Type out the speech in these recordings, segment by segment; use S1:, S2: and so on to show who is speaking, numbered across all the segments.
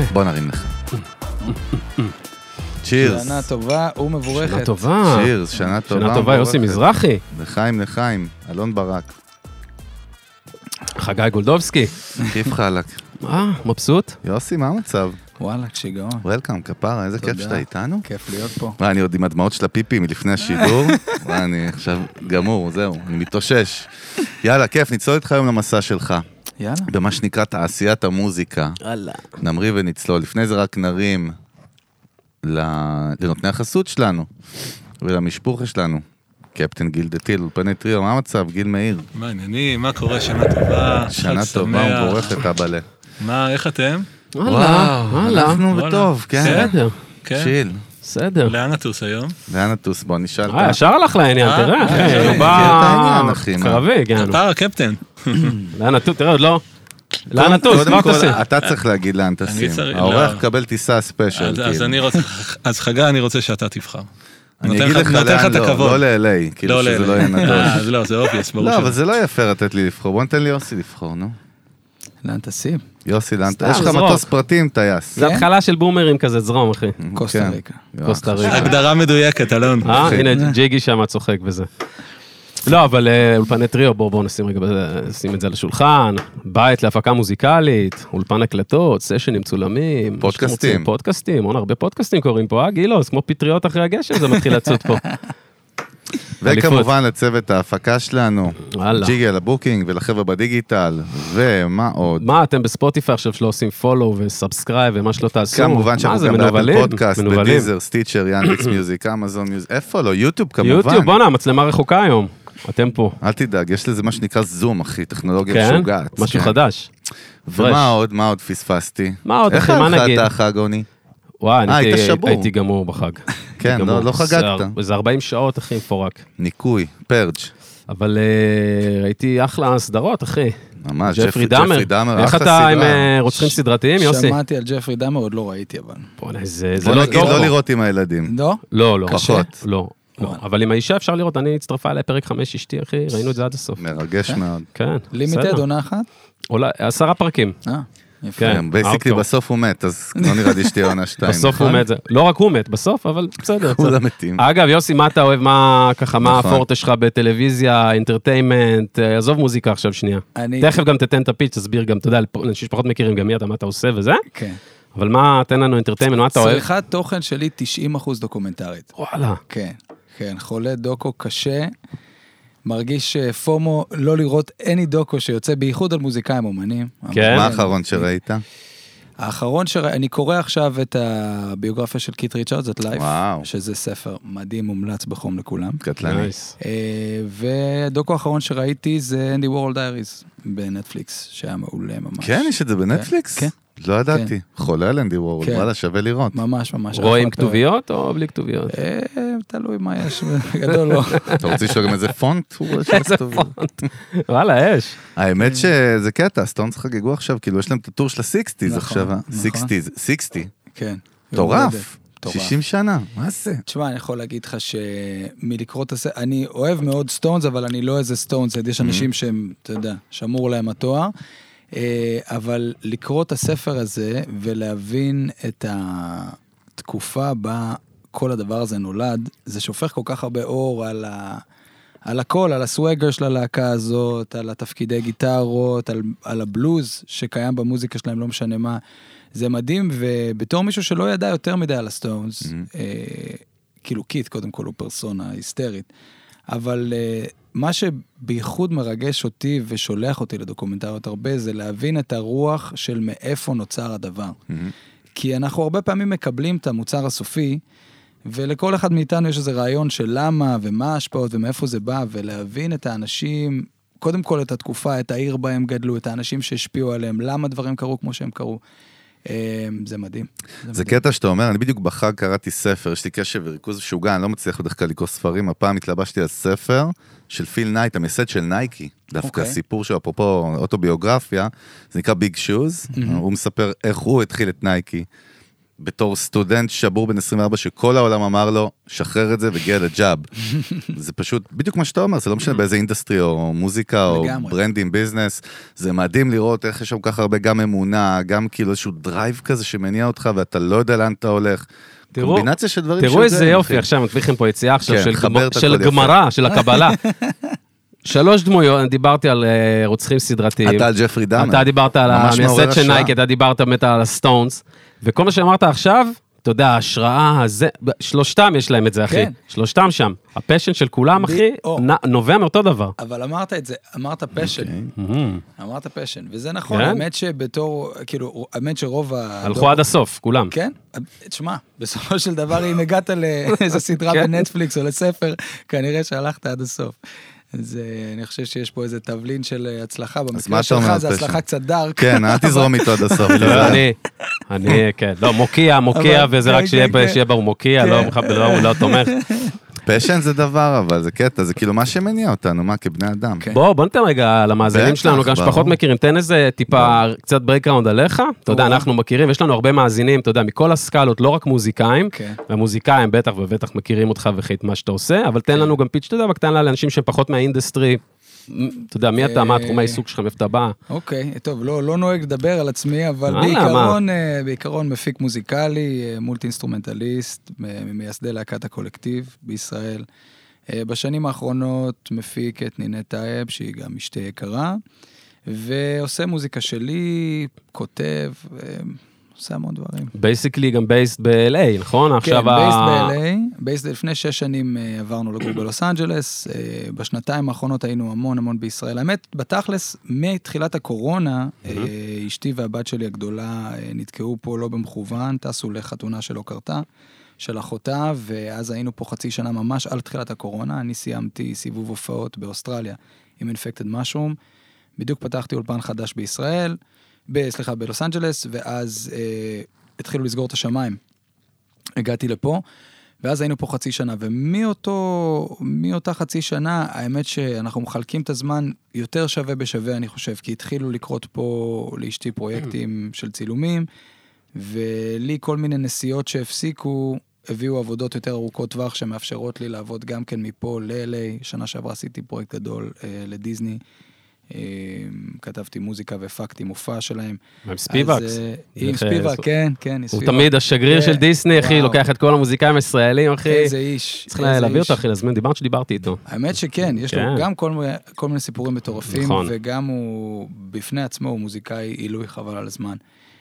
S1: בוא נרים לך. צ'ירס.
S2: שנה טובה ומבורכת.
S3: שנה טובה.
S1: צ'ירס, שנה טובה.
S3: שנה טובה, יוסי מזרחי.
S1: לחיים, אלון ברק.
S3: חגי גולדובסקי.
S1: כיף חלק.
S3: מבסוט?
S1: יוסי, מה המצב?
S2: וואלה, כשיגעון.
S1: וולקאם, כפרה, איזה כיף שאתה איתנו.
S2: כיף להיות פה.
S1: אני עוד עם הדמעות של הפיפי מלפני השידור. אני עכשיו גמור, זהו, אני מתאושש. יאללה, כיף, נצלול איתך היום למסע שלך.
S2: יאללה.
S1: במה שנקרא תעשיית המוזיקה.
S3: יאללה.
S1: נמריא ונצלול. לפני זה רק נרים לנותני החסות שלנו, ולמשפוחה שלנו. קפטן גיל דתיל, אולפני טריו, מה המצב? גיל מאיר.
S4: מה העניינים? מה קורה? שנה טובה.
S1: שנה טובה ומבורכת, אבאלה.
S4: מה, איך אתם?
S1: וואו, אנחנו בטוב, כן.
S3: בסדר.
S1: שיל.
S3: בסדר.
S4: לאן נטוס היום?
S1: לאן נטוס? בוא נשאל.
S3: ישר הלך לעניין, תראה.
S1: מכיר
S3: הוא
S1: את
S3: בא...
S1: העניין, אחי, מה?
S3: קרבי, הגענו.
S4: כפרה, קפטן.
S3: לאן נטוס? תראה, עוד לא. לאן נטוס? מה
S1: קודם כל,
S3: תעשה?
S1: אתה צריך להגיד לאן טסים.
S4: צריך,
S1: האורח
S4: לא.
S1: קבל טיסה ספיישל.
S4: אז חגי, אני רוצה שאתה תבחר.
S1: אני אגיד לך לאן לא, לא ל-LA, כאילו שזה לא יהיה נדוש.
S4: לא, זה אובייס, ברור
S1: לא, אבל זה לא יהיה פייר לתת לי לבחור. בוא ניתן לי יוסי לבחור, נו.
S2: לאן תשים?
S1: יוסי, לאן
S3: סתם,
S1: יש לך
S3: זרוק.
S1: מטוס פרטים, טייס.
S3: זה התחלה של בומרים כזה, זרום, אחי.
S2: קוסטה ריקה.
S3: קוסטה ריקה.
S4: הגדרה מדויקת, אלון.
S3: הנה, ג'יגי שם צוחק בזה. לא, אבל אולפני טריו, בואו נשים רגע, נשים את זה על השולחן, בית להפקה מוזיקלית, אולפן הקלטות, סשנים צולמים.
S1: פודקאסטים.
S3: פודקאסטים, הרבה פודקאסטים קוראים פה, גילוס, כמו פטריות אחרי הגשם, זה מתחיל לצות פה.
S1: וכמובן לצוות ההפקה שלנו,
S3: וואלה.
S1: ג'יגי על הבוקינג ולחבר'ה בדיגיטל, ומה עוד?
S3: מה, אתם בספוטיפיי עכשיו שלא עושים פולו וסאבסקרייב ומה שלא תעשו?
S1: כמובן שאנחנו גם באפל פודקאסט,
S3: מנובלים.
S1: בדיזר, סטיצ'ר, ינדקס מיוזיק, אמזון מיוזיק, איפה לא? יוטיוב כמובן.
S3: יוטיוב, בוא'נה, מצלמה רחוקה היום. אתם פה.
S1: אל תדאג, יש לזה מה שנקרא זום, אחי, טכנולוגיה
S3: כן?
S1: משוגעת.
S3: משהו
S1: כן.
S3: חדש.
S1: ומה עוד? מה עוד פספסתי?
S3: מה עוד, אחי, מה
S1: איך
S3: נגיד?
S1: הלכה החג, עוני?
S3: וואי,
S1: היית שבור.
S3: הייתי גמור בחג.
S1: כן,
S3: גמור.
S1: לא חגגת.
S3: זה 40 שעות, אחי, מפורק.
S1: ניקוי, פרג'.
S3: אבל ראיתי אחלה סדרות, אחי.
S1: ממש,
S3: ג'פרי
S1: דאמר,
S3: דאמר. איך
S1: אחלה
S3: אתה עם
S1: סדרה.
S3: רוצחים סדרתיים, יוסי?
S2: שמעתי על ג'פרי דאמר, עוד לא ראיתי אבל.
S3: בוא'נה, זה
S1: בוא
S3: לא
S1: נגיד
S3: טוב.
S1: לא לראות עם הילדים.
S2: לא?
S3: לא.
S1: פחות.
S3: לא. אבל עם האישה אפשר לראות, אני הצטרפה אליי פרק 5 אשתי, אחי, ראינו את זה עד הסוף.
S1: מרגש מאוד.
S3: כן,
S2: לימיטד, עונה אחת?
S3: אולי 10 פרקים.
S2: יפה.
S3: כן,
S1: בייסיקלי בסוף הוא מת, אז לא נראה לי שתהיה עונה 2.
S3: בסוף הוא מת, לא רק הוא מת, בסוף, אבל בסדר.
S1: כולם מתים.
S3: אגב, יוסי, מה אתה אוהב, מה ככה, מה
S1: נכון.
S3: הפורטה שלך בטלוויזיה, אינטרטיימנט, עזוב מוזיקה עכשיו שנייה. תכף גם תתן את הפיץ', תסביר גם, אתה יודע, אנשים שפחות מכירים גם מי אתה, מה אתה עושה וזה,
S2: כן.
S3: אבל מה, תן לנו אינטרטיימנט, מה אתה אוהב?
S2: צריכת תוכן שלי 90% דוקומנטרית.
S3: וואלה.
S2: כן, כן, חולה דוקו קשה, מרגיש פומו לא לראות any דוקו שיוצא בייחוד על מוזיקאים אומנים.
S3: כן.
S1: מה האחרון שראית?
S2: האחרון אני קורא עכשיו את הביוגרפיה של קית' ריצ'רדס, את לייף,
S1: וואו.
S2: שזה ספר מדהים, מומלץ בחום לכולם.
S1: קטלני.
S3: נייס.
S2: והדוקו האחרון שראיתי זה אנדי וורל דייריז בנטפליקס, שהיה מעולה ממש.
S1: כן, יש את זה בנטפליקס?
S2: כן.
S1: לא ידעתי. חולה על אנדי וורל,
S2: כן.
S1: וואלה, שווה לראות.
S2: ממש ממש.
S3: רואים
S2: אחלה פרק.
S3: כתוביות או בלי כתוביות?
S2: תלוי מה יש, גדול לא.
S1: אתה רוצה לשאול גם איזה פונט? איזה
S3: פונט. וואלה, יש.
S1: האמת שזה קטע, סטונס חגגו עכשיו, כאילו יש להם את הטור של ה-60's
S2: נכון,
S1: עכשיו,
S2: נכון.
S1: 60.
S2: כן.
S1: מטורף.
S2: מטורף.
S1: 60 שנה, מה זה?
S2: תשמע, אני יכול להגיד לך שמלקרוא את הספר, אני אוהב מאוד סטונס, אבל אני לא איזה סטונס, יש אנשים שהם, אתה יודע, שמור להם התואר, אבל לקרוא את הספר הזה ולהבין את התקופה בה כל הדבר הזה נולד, זה שופך כל כך הרבה אור על הכל, על הסוואגר של הלהקה הזאת, על התפקידי גיטרות, על הבלוז שקיים במוזיקה שלהם, לא משנה מה. זה מדהים, ובתור מישהו שלא ידע יותר מדי על הסטונס, כאילו קיט, קודם כל הוא פרסונה היסטרית, אבל מה שבייחוד מרגש אותי ושולח אותי לדוקומנטריות הרבה, זה להבין את הרוח של מאיפה נוצר הדבר. כי אנחנו הרבה פעמים מקבלים את המוצר הסופי, ולכל אחד מאיתנו יש איזה רעיון של למה ומה ההשפעות ומאיפה זה בא, ולהבין את האנשים, קודם כל את התקופה, את העיר בהם גדלו, את האנשים שהשפיעו עליהם, למה דברים קרו כמו שהם קרו. זה מדהים.
S1: זה קטע שאתה אומר, אני בדיוק בחג קראתי ספר, יש לי קשב וריכוז משוגע, אני לא מצליח בדרך כלל לקרוא ספרים, הפעם התלבשתי על ספר של פיל נייט, המייסד של נייקי, דווקא הסיפור שלו, אפרופו אוטוביוגרפיה, זה נקרא ביג שוז, הוא מספר איך הוא התחיל את נייקי, בתור סטודנט שבור בן 24, שכל העולם אמר לו, שחרר את זה וגיע לג'אב. זה פשוט, בדיוק מה שאתה אומר, זה לא משנה באיזה אינדסטרי, או מוזיקה, או ברנדים, ביזנס, זה מדהים לראות איך יש שם כך הרבה גם אמונה, גם כאילו איזשהו דרייב כזה שמניע אותך, ואתה לא יודע לאן אתה הולך. קומבינציה של דברים
S3: תראו איזה יופי, עכשיו מביא לכם פה יציאה עכשיו של גמרא, של הקבלה. 3 דמויות, דיברתי על רוצחים סדרתיים.
S1: אתה על ג'פרי דאמר.
S3: אתה דיברת על המייסד של נייקי, אתה דיברת באמת על הסטונס, וכל מה שאמרת עכשיו, אתה יודע, ההשראה הזה, שלושתם יש להם את זה, אחי. שלושתם שם. הפשן של כולם, אחי, נובע מאותו דבר.
S2: אבל אמרת את זה, אמרת פשן. אמרת פשן, וזה נכון, האמת שבתור, כאילו, האמת שרוב
S3: הלכו עד הסוף, כולם.
S2: כן, תשמע, בסופו של דבר, אם הגעת לאיזו סדרה בנטפליקס או לספר, כנראה שהלכת עד הסוף. אז אני חושב שיש פה איזה תבלין של הצלחה, במקרה שלך זה הצלחה קצת דארק.
S1: כן, אל תזרום איתו עד הסוף.
S3: אני, כן, לא, מוקיע, וזה רק שיהיה ברור, מוקיע, לא תומך.
S1: פשן זה דבר, אבל זה קטע, זה כאילו מה שמניע אותנו, מה, כבני אדם.
S3: בוא ניתן רגע למאזינים שלנו, גם שפחות מכירים, תן איזה טיפה, קצת ברייקראונד עליך, אתה יודע, אנחנו מכירים, יש לנו הרבה מאזינים, אתה יודע, מכל הסקלות, לא רק מוזיקאים, והמוזיקאים בטח ובטח מכירים אותך וחיית מה שאתה עושה, אבל תן לנו גם פיץ', אתה יודע, בקטן לאנשים שהם פחות מהאינדסטרי, אתה יודע, מי אתה, מה התחום העיסוק שלך, מאיפה אתה בא?
S2: אוקיי, טוב, לא נוהג לדבר על עצמי, אבל בעיקרון מפיק מוזיקלי, מולטי אינסטרומנטליסט, ממייסדי להקת הקולקטיב בישראל. בשנים האחרונות מפיק את נינת טייב, שהיא גם אשתי יקרה, ועושה מוזיקה שלי, כותב, עושה המון דברים.
S3: בייסיקלי גם בייסט ב-LA, נכון?
S2: כן, בייסט ב-LA. בייסט לפני 6 שנים עברנו לגור בלוס אנג'לס, בשנתיים האחרונות היינו המון בישראל. האמת, בתכלס, מתחילת הקורונה, אשתי והבת שלי הגדולה נתקעו פה לא במכוון, טסו לחתונה שלא קרתה, של אחותה, ואז היינו פה חצי שנה ממש על תחילת הקורונה. אני סיימתי סיבוב הופעות באוסטרליה עם Infected Mushroom, בדיוק פתחתי אולפן חדש בישראל, בלוס אנג'לס, ואז התחילו לסגור את השמיים. הגעתי לפה, ואז היינו פה חצי שנה, ומאותה חצי שנה, האמת שאנחנו מחלקים את הזמן יותר שווה בשווה, אני חושב, כי התחילו לקרות פה לאשתי פרויקטים של צילומים, ולי כל מיני נסיעות שהפסיקו, הביאו עבודות יותר ארוכות טווח, שמאפשרות לי לעבוד גם כן מפה ל-LA, שנה שעברה עשיתי פרויקט גדול לדיזני, כתבתי מוזיקה והפקתי מופע שלהם.
S3: עם ספיבקס.
S2: עם ספיבק, כן.
S3: הוא תמיד השגריר של דיסני, אחי, לוקח את כל המוזיקאים הישראלים, אחי.
S2: איזה איש.
S3: צריך להביא אותו, אחי, לזמן, דיברת שדיברתי איתו.
S2: האמת שכן, יש לו גם כל מיני סיפורים מטורפים, וגם הוא, בפני עצמו, הוא מוזיקאי עילוי חבל על הזמן.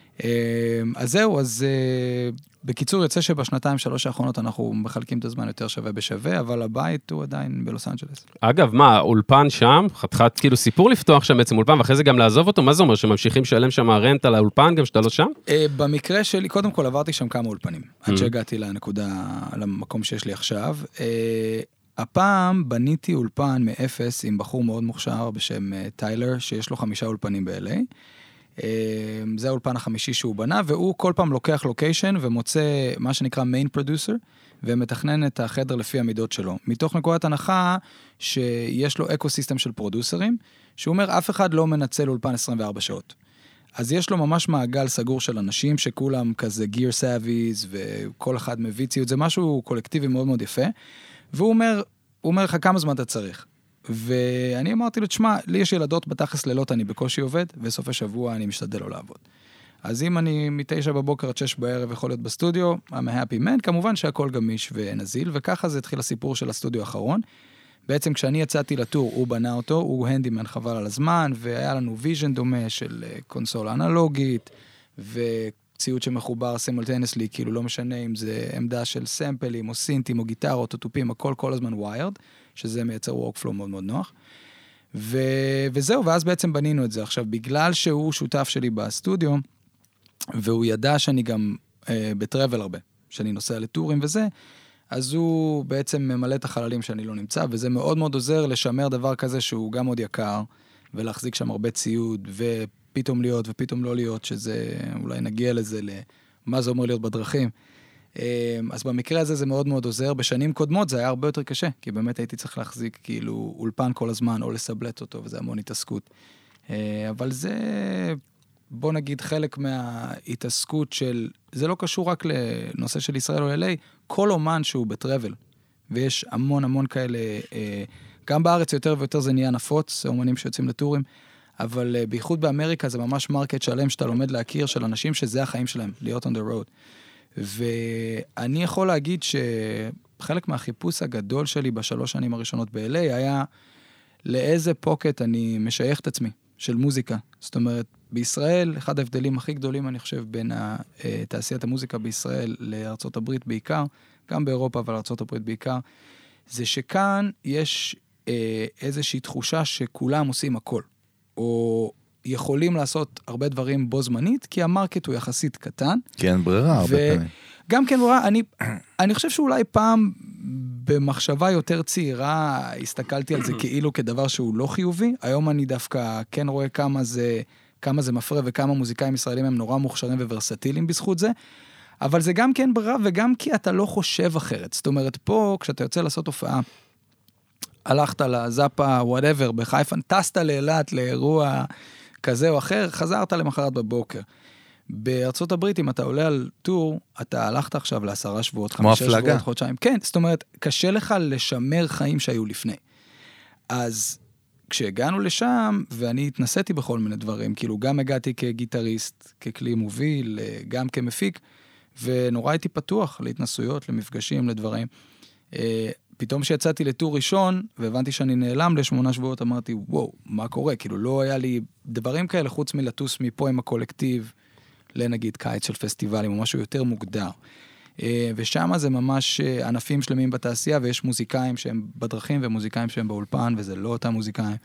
S2: אז זהו, בקיצור יוצא שבשנתיים 3 האחרונות אנחנו מחלקים את הזמן יותר שווה בשווה, אבל הבית הוא עדיין בלוס אנג'לס.
S3: אגב, מה, אולפן שם, חתיכת כאילו סיפור לפתוח שם בעצם אולפן, ואחרי זה גם לעזוב אותו, מה זה אומר, שממשיכים לשלם שם הרנט על האולפן, גם שאתה לא שם?
S2: במקרה שלי, קודם כל עברתי שם כמה אולפנים, עד שהגעתי למקום שיש לי עכשיו. הפעם בניתי אולפן מאפס עם בחור מאוד מוכשר בשם טיילר, שיש לו 5 אולפנים ב-LA. זה האולפן החמישי שהוא בנה, והוא כל פעם לוקח לוקיישן ומוצא מה שנקרא מיין פרודוסר, ומתכנן את החדר לפי המידות שלו. מתוך נקודת הנחה שיש לו אקוסיסטם של פרודוסרים, שהוא אומר אף אחד לא מנצל אולפן 24 שעות. אז יש לו ממש מעגל סגור של אנשים שכולם כזה גיר סאביז, וכל אחד מביא ציוד, זה משהו קולקטיבי מאוד מאוד יפה, והוא אומר לך כמה זמן אתה צריך. ואני אמרתי לו, תשמע, לי יש ילדות בתכלס לילות, אני בקושי עובד, וסוף השבוע אני משתדל לא לעבוד. אז אם אני מ-9 בבוקר עד 6 בערב יכול להיות בסטודיו, I'm a happy man, כמובן שהכל גמיש ונזיל, וככה זה התחיל הסיפור של הסטודיו האחרון. בעצם כשאני יצאתי לטור, הוא בנה אותו, הוא הנדימן חבל על הזמן, והיה לנו ויז'ן דומה של קונסולה אנלוגית, וציוד שמחובר סימולטניסלי, כאילו לא משנה אם זה עמדה של סמפלים, או סינטים, או גיטרות, או טופים, הכל כל הזמן ווירד, שזה מייצר וורקפלו מאוד מאוד נוח. וזהו, ואז בעצם בנינו את זה. עכשיו, בגלל שהוא שותף שלי בסטודיו, והוא ידע שאני גם בטרבל הרבה, שאני נוסע לטורים וזה, אז הוא בעצם ממלא את החללים שאני לא נמצא, וזה מאוד מאוד עוזר לשמר דבר כזה שהוא גם מאוד יקר, ולהחזיק שם הרבה ציוד, ופתאום להיות ופתאום לא להיות, שזה, אולי נגיע לזה, למה זה אומר להיות בדרכים. אז במקרה הזה זה מאוד מאוד עוזר. בשנים קודמות זה היה הרבה יותר קשה, כי באמת הייתי צריך להחזיק כאילו אולפן כל הזמן, או לסבלט אותו, וזה המון התעסקות. אבל זה בוא נגיד חלק מההתעסקות של, זה לא קשור רק לנושא של ישראל או LA, כל אומן שהוא בטרבל, ויש המון המון כאלה, גם בארץ יותר ויותר זה נהיה נפוץ, אומנים שיוצאים לטורים, אבל בייחוד באמריקה זה ממש מרקט שלם שאתה לומד להכיר של אנשים שזה החיים שלהם, להיות on the road. ואני יכול להגיד שחלק מהחיפוש הגדול שלי בשלוש שנים הראשונות ב-LA היה לאיזה פוקט אני משייך את עצמי של מוזיקה. זאת אומרת, בישראל, אחד ההבדלים הכי גדולים אני חושב בין תעשיית המוזיקה בישראל לארצות הברית בעיקר, גם באירופה אבל ארצות הברית בעיקר, זה שכאן יש איזושהי תחושה שכולם עושים הכל. או יכולים לעשות הרבה דברים בו זמנית, כי המרקט הוא יחסית קטן.
S1: כי אין ברירה הרבה פעמים.
S2: גם כן ברירה, אני חושב שאולי פעם במחשבה יותר צעירה, הסתכלתי על זה כאילו כדבר שהוא לא חיובי. היום אני דווקא כן רואה כמה זה מפרה, וכמה מוזיקאים ישראלים הם נורא מוכשרים וורסטיליים בזכות זה. אבל זה גם כן ברירה, וגם כי אתה לא חושב אחרת. זאת אומרת, פה, כשאתה יוצא לעשות הופעה, הלכת לזאפה, whatever, בחיפה, טסת לאילת, לאירוע כזה או אחר, חזרת למחרת בבוקר. בארצות הברית, אם אתה עולה על טור, אתה הלכת עכשיו ל10 שבועות, 5 שבועות, חודשיים. כן, זאת אומרת, קשה לך לשמר חיים שהיו לפני. אז כשהגענו לשם, ואני התנסיתי בכל מיני דברים, כאילו גם הגעתי כגיטריסט, ככלי מוביל, גם כמפיק, ונורא הייתי פתוח להתנסויות, למפגשים, לדברים. פתאום שיצאתי לטור ראשון, והבנתי שאני נעלם ל8 שבועות, אמרתי, וואו, מה קורה? כאילו לא היה לי דברים כאלה, חוץ מלטוס מפה עם הקולקטיב, לנגיד קיץ של פסטיבלים, או משהו יותר מוגדר. ושם זה ממש ענפים שלמים בתעשייה, ויש מוזיקאים שהם בדרכים, ומוזיקאים שהם באולפן, וזה לא אותם מוזיקאים.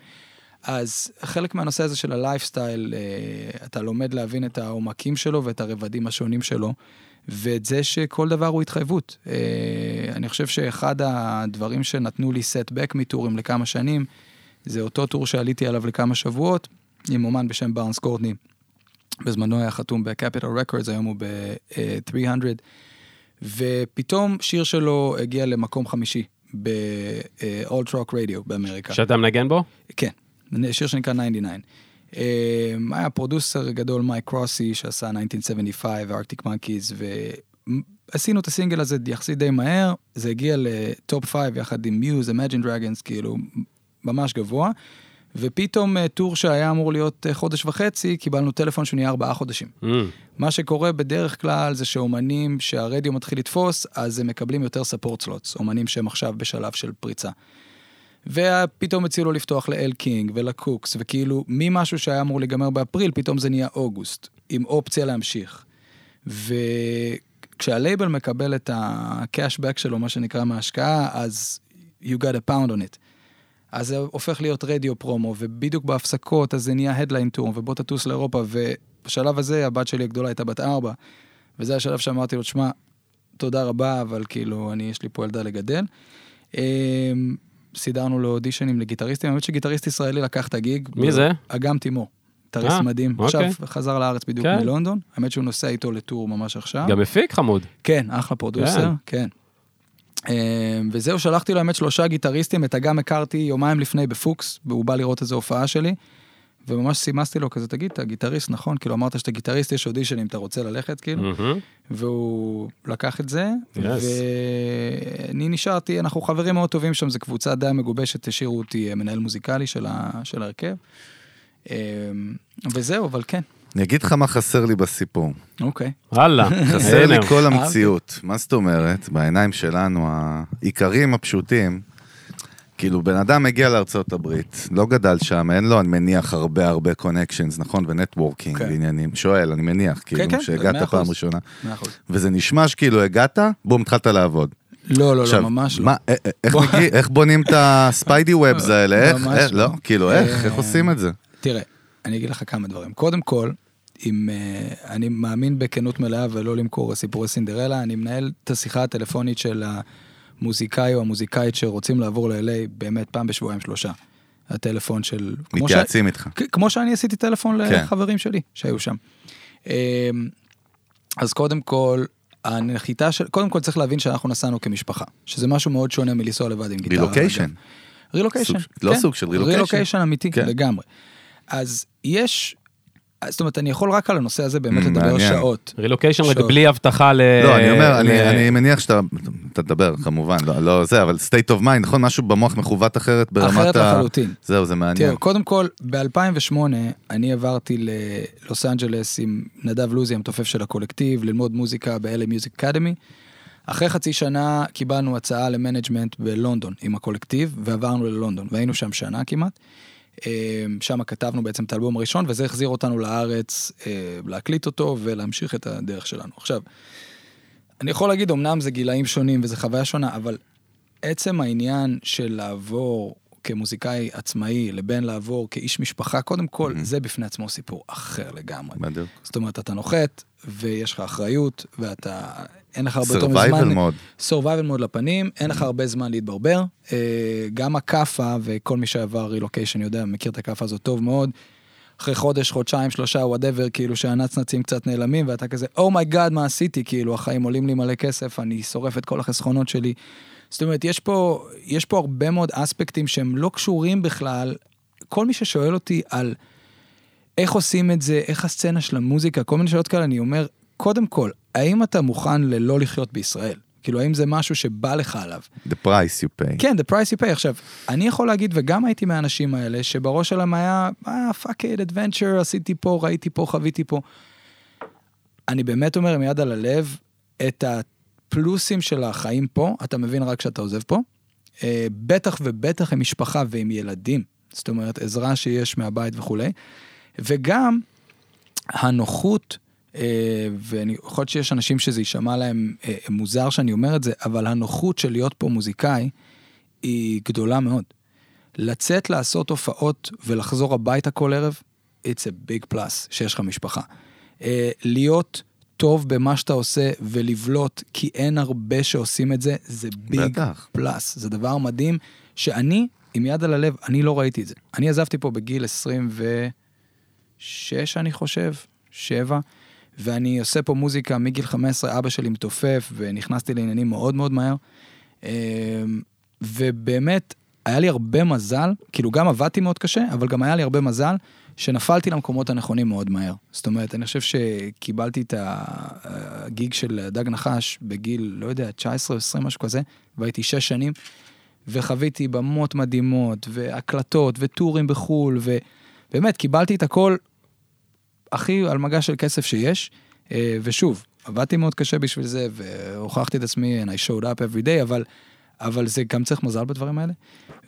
S2: אז חלק מהנושא הזה של הלייפסטייל, אתה לומד להבין את העומקים שלו, ואת הרבדים השונים שלו, ואת זה שכל דבר הוא התחייבות. אני חושב שאחד הדברים שנתנו לי סט-בק מטורים לכמה שנים, זה אותו טור שעליתי עליו לכמה שבועות, עם אומן בשם ברנס קורטני. בזמנו היה חתום ב-Capitol Records, היום הוא ב-300, ופתאום שיר שלו הגיע למקום 5 ב-Old Rock Radio באמריקה.
S3: שאתה מנגן בו?
S2: כן, שיר שנקרא 99. היה פרודוסר גדול, מייק קרוסי, שעשה 1975 ו-Arctic Monkeys, ועשינו את הסינגל הזה יחסית די מהר, זה הגיע לטופ 5 יחד עם Muse, Imagine Dragons, כאילו ממש גבוה, ופתאום טור שהיה אמור להיות חודש וחצי, קיבלנו טלפון שהוא נהיה 4 חודשים. מה שקורה בדרך כלל זה שאומנים שהרדיו מתחיל לתפוס, אז הם מקבלים יותר support slots, אומנים שהם עכשיו בשלב של פריצה. ופתאום הציעו לו לפתוח לאל קינג ולקוקס, וכאילו ממשהו שהיה אמור להיגמר באפריל, פתאום זה נהיה אוגוסט, עם אופציה להמשיך. וכשהלייבל מקבל את הקאשבק שלו, מה שנקרא מההשקעה, אז you got a pound on it. אז זה הופך להיות רדיו פרומו, ובדיוק בהפסקות, אז זה נהיה הדליין טור, ובוא תטוס לאירופה, ובשלב הזה הבת שלי הגדולה הייתה בת 4, וזה השלב שאמרתי לו, תשמע, תודה רבה, אבל כאילו, יש לי פה ילדה לגדל. סידרנו לו אודישנים לגיטריסטים, האמת שגיטריסט ישראלי לקח את הגיג.
S3: מי זה?
S2: אגם תימור. טריס מדהים. עכשיו חזר לארץ בדיוק מלונדון. האמת שהוא נוסע איתו לטור ממש עכשיו.
S3: גם מפיק חמוד.
S2: כן, אחלה פרודוסר, כן. וזהו, שלחתי לו האמת 3 גיטריסטים, את אגם הכרתי יומיים לפני בפוקס, והוא בא לראות איזו הופעה שלי, וממש סימסתי לו כזה, תגיד, אתה גיטריסט, נכון? כאילו אמרת שאתה גיטריסט, יש אודישנים, אתה רוצה ללכת, כאילו? והוא לקח את זה, ואני נשארתי, אנחנו חברים מאוד טובים שם, זו קבוצה די מגובשת, השאירו אותי מנהל מוזיקלי של ההרכב, וזהו, אבל כן.
S1: אני אגיד לך מה חסר לי בסיפור.
S2: אוקיי.
S3: הלאה.
S1: חסר לי כל המציאות. מה זאת אומרת? בעיניים שלנו, העיקרים הפשוטים, כאילו, בן אדם מגיע לארצות הברית, לא גדל שם, אין לו, אני מניח, הרבה קונקשנס, נכון? ונטוורקינג, בעניינים. שואל, אני מניח, כאילו, שהגעת פעם ראשונה. וזה נשמע שכאילו, הגעת, בום, התחלת לעבוד.
S2: לא, ממש לא.
S1: איך בונים את הספיידי וובס האלה? איך? לא, כאילו, איך עושים את זה?
S2: תראה, אני אגיד לך כמה דברים. קודם כל, אם אני מאמין בכנות מלאה ולא למכור סיפורי סינדרלה, אני מנהל את השיחה הטלפונית של המוזיקאי או המוזיקאית שרוצים לעבור ל-LA באמת פעם בשבועיים 3. הטלפון של...
S1: מתייעצים איתך.
S2: כמו שאני עשיתי טלפון לחברים שלי שהיו שם. אז קודם כל, הנחיתה של... קודם כל צריך להבין שאנחנו נסענו כמשפחה, שזה משהו מאוד שונה מלנסוע לבד עם גיטרה.
S1: רילוקיישן.
S2: רילוקיישן.
S1: לא סוג של רילוקיישן.
S2: רילוקיישן אמיתי, לגמרי. אז יש זאת אומרת, אני יכול רק על הנושא הזה באמת לדבר שעות.
S3: רילוקיישן רק בלי הבטחה
S1: לא, אני אומר, אני מניח שאתה תדבר, כמובן, לא זה, אבל state of mind, נכון, משהו במוח מכוות אחרת ברמת
S2: אחרת לחלוטין.
S1: זהו, זה מעניין.
S2: תראו, קודם כל, ב-2008, אני עברתי ללוס אנג'לס עם נדב לוזי, המתופף של הקולקטיב, ללמוד מוזיקה ב-LA Music Academy. אחרי חצי שנה קיבלנו הצעה למנג'מנט בלונדון עם הקולקטיב, ועברנו ללונדון, והיינו שם שנה כמעט. שם כתבנו בעצם את האלבום הראשון, וזה החזיר אותנו לארץ להקליט אותו ולהמשיך את הדרך שלנו. עכשיו, אני יכול להגיד, אמנם זה גילאים שונים וזה חוויה שונה, אבל עצם העניין של לעבור כמוזיקאי עצמאי, לבין לעבור כאיש משפחה, קודם כל, זה בפני עצמו סיפור אחר לגמרי.
S1: בדיוק.
S2: זאת אומרת, אתה נוחת, ויש לך אחריות, ואתה, אין לך הרבה יותר זמן. survival mode לפנים, אין לך הרבה זמן להתברבר. גם הקאפה, וכל מי שעבר רילוקיישן יודע, מכיר את הקאפה הזאת טוב מאוד, אחרי חודש, חודשיים, 3, whatever, כאילו שהנצנצים קצת נעלמים, ואתה כזה, Oh my God, מה עשיתי? כאילו, החיים עולים לי מלא כסף, אני שורף את כל החסכונות שלי. זאת אומרת, יש פה הרבה מאוד אספקטים שהם לא קשורים בכלל. כל מי ששואל אותי על איך עושים את זה, איך הסצנה של המוזיקה, כל מיני שאלות כאלה, אני אומר, קודם כל, האם אתה מוכן ללא לחיות בישראל? כאילו, האם זה משהו שבא לך עליו?
S1: The price you pay.
S2: כן, the price you pay. עכשיו, אני יכול להגיד, וגם הייתי מהאנשים האלה, שבראש שלהם היה, fuck it, adventure, עשיתי פה, ראיתי פה, חוויתי פה. אני באמת אומר, עם יד על הלב, את הפלוסים של החיים פה, אתה מבין רק כשאתה עוזב פה. בטח ובטח עם משפחה ועם ילדים. זאת אומרת, עזרה שיש מהבית וכו'. וגם הנוחות, ואני יכול להיות שיש אנשים שזה יישמע להם מוזר שאני אומר את זה, אבל הנוחות של להיות פה מוזיקאי היא גדולה מאוד. לצאת לעשות הופעות ולחזור הביתה כל ערב, it's a big plus שיש לך משפחה. להיות טוב במה שאתה עושה ולבלוט, כי אין הרבה שעושים את זה, זה ביג פלאס. זה דבר מדהים שאני, עם יד על הלב, אני לא ראיתי את זה. אני עזבתי פה בגיל 26, אני חושב, 7, ואני עושה פה מוזיקה מגיל 15, אבא שלי מתופף, ונכנסתי לעניינים מאוד מאוד מהר, ובאמת, היה לי הרבה מזל, כאילו גם עבדתי מאוד קשה, אבל גם היה לי הרבה מזל, שנפלתי למקומות הנכונים מאוד מהר. זאת אומרת, אני חושב שקיבלתי את הגיג של דג נחש, בגיל, לא יודע, 19 או 20, משהו כזה, והייתי 6 שנים, וחוויתי במות מדהימות, והקלטות, וטורים בחול, ובאמת, קיבלתי את הכל, הכי על מגע של כסף שיש, ושוב, עבדתי מאוד קשה בשביל זה, והוכחתי את עצמי, and I showed up every day, אבל זה גם צריך מזל בדברים האלה,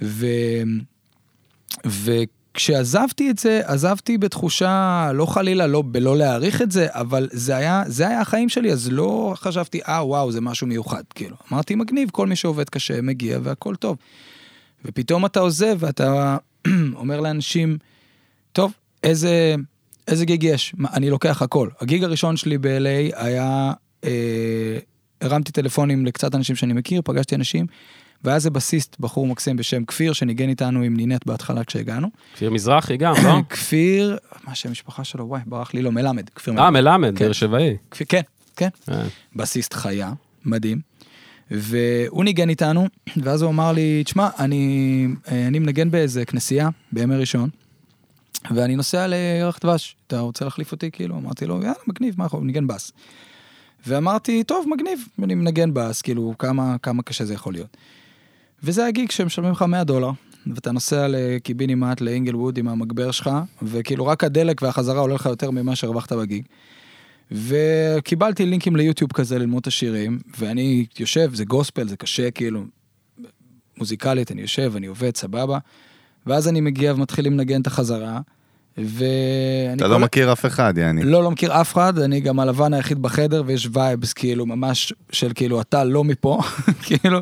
S2: וכשעזבתי את זה, עזבתי בתחושה, לא חלילה, לא להעריך את זה, אבל זה היה החיים שלי, אז לא חשבתי, וואו, זה משהו מיוחד, כאילו. אמרתי, מגניב, כל מי שעובד קשה מגיע, והכל טוב. ופתאום אתה עוזב, ואתה אומר לאנשים, טוב, איזה גיג יש? אני לוקח הכל. הגיג הראשון שלי ב-LA היה, הרמתי טלפונים לקצת אנשים שאני מכיר, פגשתי אנשים, והיה זה בסיסט, בחור מקסים בשם כפיר, שניגן איתנו עם נינט בהתחלה כשהגענו.
S3: כפיר מזרחי גם, לא?
S2: כפיר, מה שם המשפחה שלו? וואי, ברח לי, לא, מלמד.
S3: מלמד, באר שבעי.
S2: כן. בסיסט חיה, מדהים. והוא ניגן איתנו, ואז הוא אמר לי, תשמע, אני מנגן באיזה כנסייה, בימי ראשון, ואני נוסע לירח דבש, אתה רוצה להחליף אותי? כאילו, אמרתי לו, יאללה, מגניב, מה יכול, ניגן בס. ואמרתי, טוב, מגניב, אני מנגן בס, כאילו, כמה קשה זה יכול להיות. וזה הגיג שמשלמים לך $100, ואתה נוסע לקיבינימט, לאינגלווד עם המגבר שלך, וכאילו רק הדלק והחזרה עולה לך יותר ממה שהרווחת בגיג. וקיבלתי לינקים ליוטיוב כזה ללמוד את השירים, ואני יושב, זה גוספל, זה קשה, כאילו, מוזיקלית, אני יושב, אני עובד, סבבה, ואז אני מגיע ומתחילים לנגן את החזרה,
S1: אתה לא מכיר אף אחד, יעני.
S2: לא מכיר אף אחד, אני גם הלבן היחיד בחדר, ויש וייבס, כאילו, ממש של כאילו, אתה לא מפה, כאילו,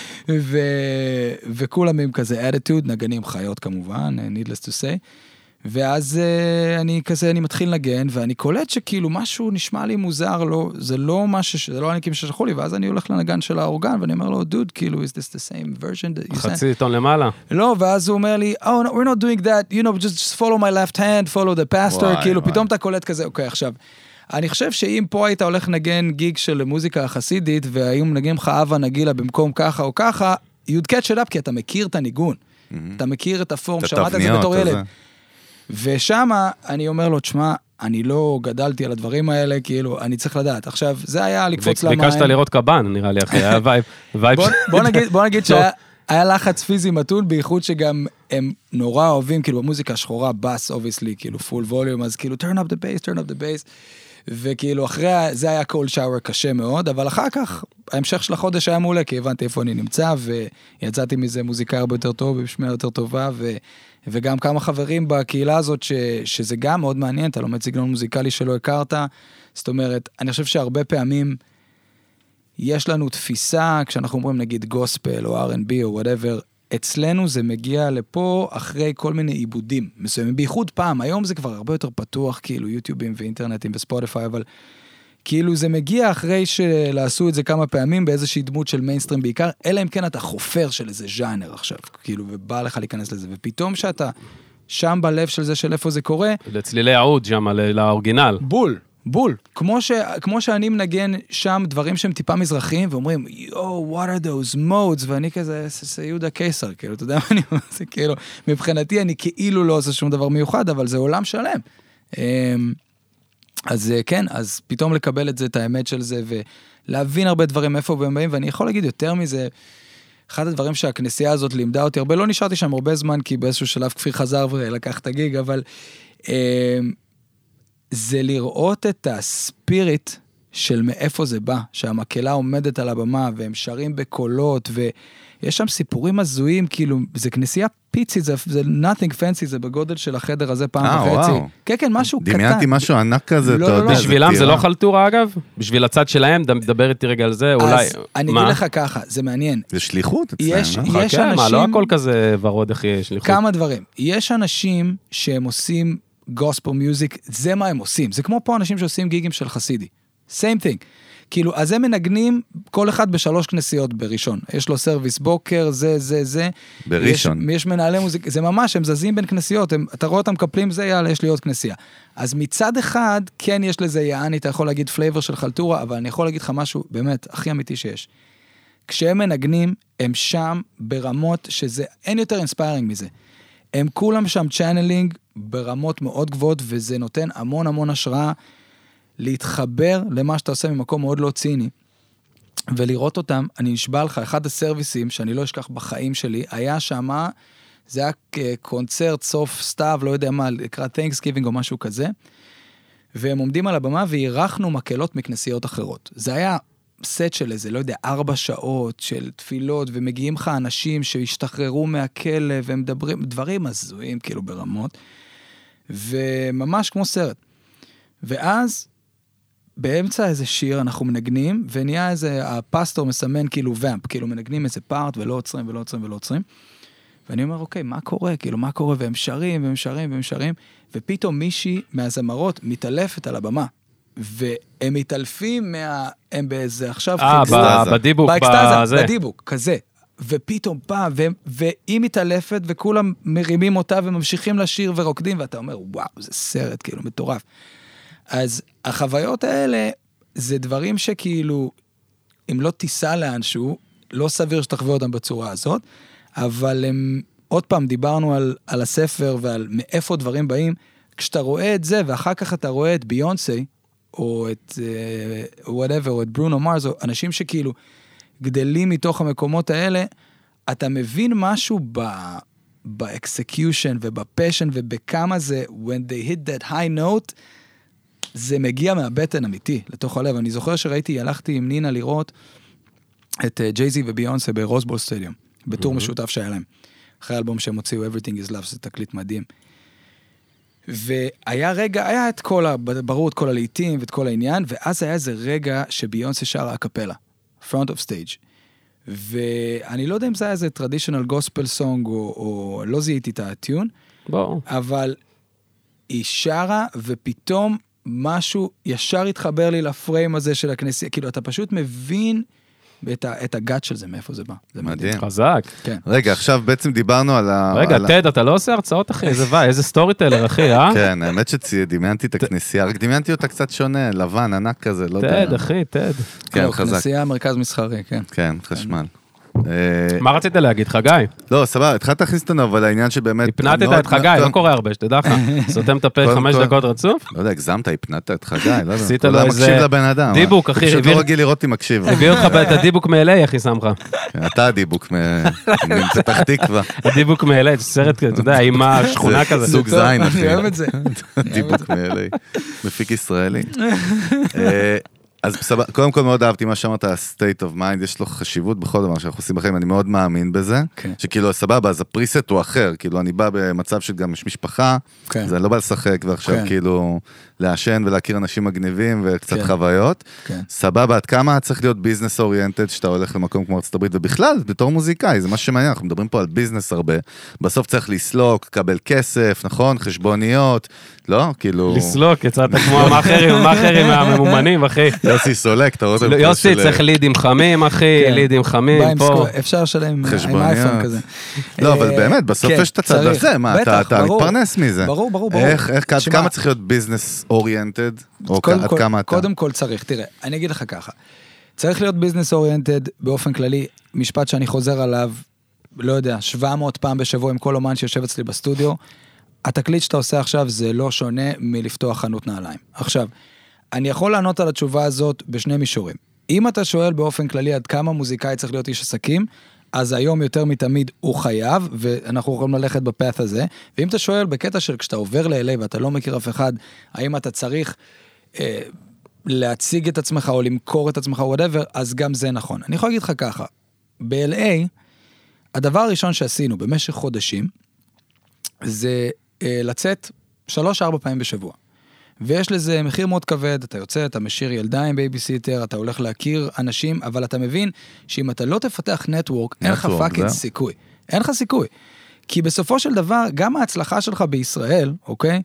S2: וכולם עם כזה attitude, נגנים חיות כמובן, needless to say, ואז אני מתחיל לנגן, ואני קולט שכאילו משהו נשמע לי מוזר, זה לא הניקים ששלחו לי, ואז אני הולך לנגן של האורגן, ואני אומר לו, dude, כאילו, is this the same version?
S3: חצי טון למעלה.
S2: לא, ואז הוא אומר לי, no, we're not doing that, you know, just follow my left hand, follow the pastor, כאילו, פתאום אתה קולט כזה, אוקיי, עכשיו, אני חושב שאם פה היית הולך לנגן גיג של מוזיקה חסידית, והיום נגנים לך אבא נגילה במקום ככה או ככה, you'd catch it up, כי אתה מכיר את הניגון, אתה מכיר את הפורם, שמעת את זה בתור ילד. ושמה אני אומר לו, תשמע, אני לא גדלתי על הדברים האלה, כאילו, אני צריך לדעת. עכשיו, זה היה לקפוץ למים.
S3: ביקשת לראות קבן, נראה לי, אחי, היה וייב.
S2: בוא נגיד שהיה לחץ פיזי מתון, בייחוד שגם הם נורא אוהבים, כאילו, במוזיקה שחורה, בס, obviously, כאילו, full volume, אז כאילו, turn up the bass, וכאילו, אחרי זה היה cold shower קשה מאוד, אבל אחר כך, ההמשך של החודש היה מעולה, כי הבנתי איפה אני נמצא, ויצאתי מזה מוזיקה הרבה יותר טוב, בשמיעה יותר טובה, וגם כמה חברים בקהילה הזאת, שזה גם מאוד מעניין, אתה לומד סגנון מוזיקלי שלא הכרת, זאת אומרת, אני חושב שהרבה פעמים, יש לנו תפיסה, כשאנחנו אומרים נגיד גוספל, או R&B, או whatever, אצלנו זה מגיע לפה, אחרי כל מיני עיבודים מסוימים, בייחוד פעם, היום זה כבר הרבה יותר פתוח, כאילו יוטיובים ואינטרנטים וספוטיפיי, אבל כאילו זה מגיע אחרי שלעשו את זה כמה פעמים, באיזושהי דמות של מיינסטרים בעיקר, אלא אם כן אתה חופר של איזה ז'אנר עכשיו, כאילו, ובא לך להיכנס לזה, ופתאום שאתה שם בלב של זה, של איפה זה קורה.
S3: לצלילי העוד שם, לאורגינל.
S2: בול. כמו שאני מנגן שם דברים שהם טיפה מזרחיים, ואומרים, what are those modes? ואני כזה, זה יהודה קיסר, כאילו, אתה יודע מה אני אומר? זה כאילו, מבחינתי אני כאילו לא עושה שום דבר מיוחד, אבל זה עולם שלם. אז כן, אז פתאום לקבל את זה, את האמת של זה, ולהבין הרבה דברים איפה הם באים, ואני יכול להגיד יותר מזה, אחד הדברים שהכנסייה הזאת לימדה אותי הרבה, לא נשארתי שם הרבה זמן, כי באיזשהו שלב כפיר חזר ולקח את הגיג, אבל זה לראות את הספיריט של מאיפה זה בא, שהמקהלה עומדת על הבמה, והם שרים בקולות, ויש שם סיפורים הזויים, כאילו, זה כנסייה פיצית, זה nothing fancy, זה בגודל של החדר הזה פעם וחצי. כן, משהו קטן.
S1: דמיינתי משהו ענק כזה, אתה יודע.
S3: בשבילם זה לא חלטורה, אגב? בשביל הצד שלהם, דבר איתי רגע על זה, אולי...
S2: אז אני אגיד לך ככה, זה מעניין.
S1: זה שליחות אצלם,
S2: יש אנשים...
S3: מה, לא הכל כזה ורוד, אחי, שליחות.
S2: כמה דברים. יש אנשים שהם עושים גוספל מיוזיק, זה מה הם עושים. זה כמו פה אנשים שעושים גיגים של חסידי. same thing. כאילו, אז הם מנגנים כל אחד בשלוש כנסיות בראשון. יש לו סרוויס בוקר, זה.
S1: בראשון.
S2: יש מנהלי מוזיק, זה ממש, הם זזים בין כנסיות, אתה רואה אותם קפלים, זה יאללה, יש לי עוד כנסייה. אז מצד אחד, כן יש לזה יעני, אתה יכול להגיד פלייבר של חלטורה, אבל אני יכול להגיד לך משהו, באמת, הכי אמיתי שיש. כשהם מנגנים, הם שם ברמות שזה, אין יותר אינספיירינג מזה. הם כולם שם צ'אנלינג ברמות מאוד גבוהות, וזה נותן המון המון השראה, להתחבר למה שאתה עושה ממקום מאוד לא ציני, ולראות אותם, אני נשבע לך, אחד הסרוויסים שאני לא אשכח בחיים שלי, היה שמה, זה היה קונצרט סוף סתיו, לא יודע מה, לקראת Thanksgiving או משהו כזה, והם עומדים על הבמה, והירחנו מקהלות מכנסיות אחרות. זה היה סט של איזה, לא יודע, 4 שעות של תפילות, ומגיעים לך אנשים שהשתחררו מהכלא, והם מדברים, דברים הזויים, כאילו ברמות, וממש כמו סרט. ואז, באמצע איזה שיר אנחנו מנגנים, ונהיה איזה, הפסטור מסמן כאילו ואמפ, כאילו מנגנים איזה פארט, ולא עוצרים, ולא עוצרים, ולא עוצרים. ואני אומר, אוקיי, מה קורה? כאילו, מה קורה? והם שרים, והם שרים, והם שרים, ופתאום מישהי מהזמרות מתעלפת על הבמה. והם מתעלפים הם באיזה עכשיו...
S3: בדיבוק,
S2: באקסטאזה, בדיבוק, כזה. ופתאום פעם, והיא מתעלפת, וכולם מרימים אותה, וממשיכים לשיר ורוקדים, ואתה אומר, וואו, זה סרט, כאילו, מטורף. אז החוויות האלה, זה דברים שכאילו, אם לא תיסע לאנשהו, לא סביר שתחווה אותם בצורה הזאת, אבל הם, עוד פעם, דיברנו על הספר, ועל מאיפה דברים באים, כשאתה רואה את זה, ואחר כך אתה רואה את ביונסי, או את whatever, או את ברונו מרס, או אנשים שכאילו גדלים מתוך המקומות האלה, אתה מבין משהו באקסקיושן ובפשן, ובכמה זה, when they hit that high note, זה מגיע מהבטן אמיתי, לתוך הלב. אני זוכר שראיתי, הלכתי עם נינה לראות את ג'ייזי וביונסה ברוזבול סטדיום, בטור משותף שהיה להם. אחרי האלבום שהם הוציאו, Everything is Love, זה תקליט מדהים. והיה רגע, היה את כל, ברור את כל הלעיתים ואת כל העניין, ואז היה איזה רגע שביונסה שרה הקפלה, front of stage. ואני לא יודע אם זה היה איזה traditional gospel song, או לא זיהיתי את הטיון, אבל היא שרה, ופתאום משהו ישר התחבר לי לפריים הזה של הכנסייה, כאילו אתה פשוט מבין את הגת של זה, מאיפה זה בא. זה
S1: מדהים.
S3: חזק.
S2: כן.
S1: רגע, עכשיו בעצם דיברנו על
S3: רגע, טד, אתה לא עושה הרצאות, אחי, איזה וואי, איזה סטורי טלר, אחי,
S1: כן, האמת שדמיינתי את הכנסייה, רק דמיינתי אותה קצת שונה, לבן, ענק כזה, לא יודע.
S3: טד, אחי, טד.
S1: כן, חזק.
S2: כנסייה, מרכז מסחרי, כן.
S1: כן, חשמל.
S3: מה רצית להגיד, חגי?
S1: לא, סבבה, התחלת להכניס אותנו, אבל העניין שבאמת...
S3: הפנתת את חגי, לא קורה הרבה, שתדע לך. סותם את הפה 5 דקות רצוף?
S1: לא יודע, הגזמת, הפנתת את חגי, לא יודע.
S3: עשית לו איזה...
S1: מקשיב לבן אדם.
S3: דיבוק, אחי.
S1: פשוט לא רגיל לראות אותי מקשיב.
S3: הביא אותך את הדיבוק מ-LA, אחי, שמך.
S1: אתה הדיבוק מפתח תקווה.
S3: הדיבוק מ-LA, סרט, אתה יודע, עם השכונה כזה.
S1: סוג זין, אחי.
S2: אני אוהב את זה.
S1: דיבוק מ-LA. מפיק ישראלי. אז קודם כל מאוד אהבתי מה שאמרת, ה-state of mind, יש לו חשיבות בכל דבר שאנחנו עושים בחיים, אני מאוד מאמין בזה, שכאילו סבבה, אז הפריסט הוא אחר, כאילו אני בא במצב שגם יש משפחה, אז אני לא בא לשחק ועכשיו כאילו לעשן ולהכיר אנשים מגניבים וקצת חוויות, סבבה, עד כמה צריך להיות ביזנס אוריינטד, שאתה הולך למקום כמו ארצות הברית, ובכלל, בתור מוזיקאי, זה מה שמעניין, אנחנו מדברים פה על ביזנס הרבה, בסוף צריך לסלוק, קבל כסף, נכון, חשבוניות, לא? כאילו...
S3: לסלוק, יצאת כמו המאחרים מהממומנים, אחי.
S1: יוסי סולק, אתה רואה...
S3: יוסי צריך לידים חמים, אחי, לידים חמים, פה.
S2: אפשר שלהם עם אייפון כזה.
S1: לא, אבל באמת, בסוף יש את הצד הזה, מה, אתה מתפרנס מזה.
S2: ברור.
S1: עד כמה צריך להיות ביזנס אוריינטד, או עד כמה אתה...
S2: קודם כל צריך, תראה, אני אגיד לך ככה, צריך להיות ביזנס אוריינטד באופן כללי, משפט שאני חוזר עליו, לא יודע, 700 פעם בשבוע עם כל אומן שיושב אצלי בסטודיו, התקליט שאתה עושה עכשיו זה לא שונה מלפתוח חנות נעליים. עכשיו, אני יכול לענות על התשובה הזאת בשני מישורים. אם אתה שואל באופן כללי עד כמה מוזיקאי צריך להיות איש עסקים, אז היום יותר מתמיד הוא חייב, ואנחנו יכולים ללכת בפאth הזה, ואם אתה שואל בקטע של כשאתה עובר ל-LA ואתה לא מכיר אף אחד, האם אתה צריך להציג את עצמך או למכור את עצמך או whatever, אז גם זה נכון. אני יכול להגיד לך ככה, ב-LA, הדבר הראשון שעשינו במשך חודשים, זה לצאת 3-4 פעמים בשבוע. ויש לזה מחיר מאוד כבד, אתה יוצא, אתה משאיר ילדה עם בייביסיטר, אתה הולך להכיר אנשים, אבל אתה מבין שאם אתה לא תפתח נטוורק, אין לך פאקינג סיכוי. אין לך סיכוי. כי בסופו של דבר, גם ההצלחה שלך בישראל, אוקיי?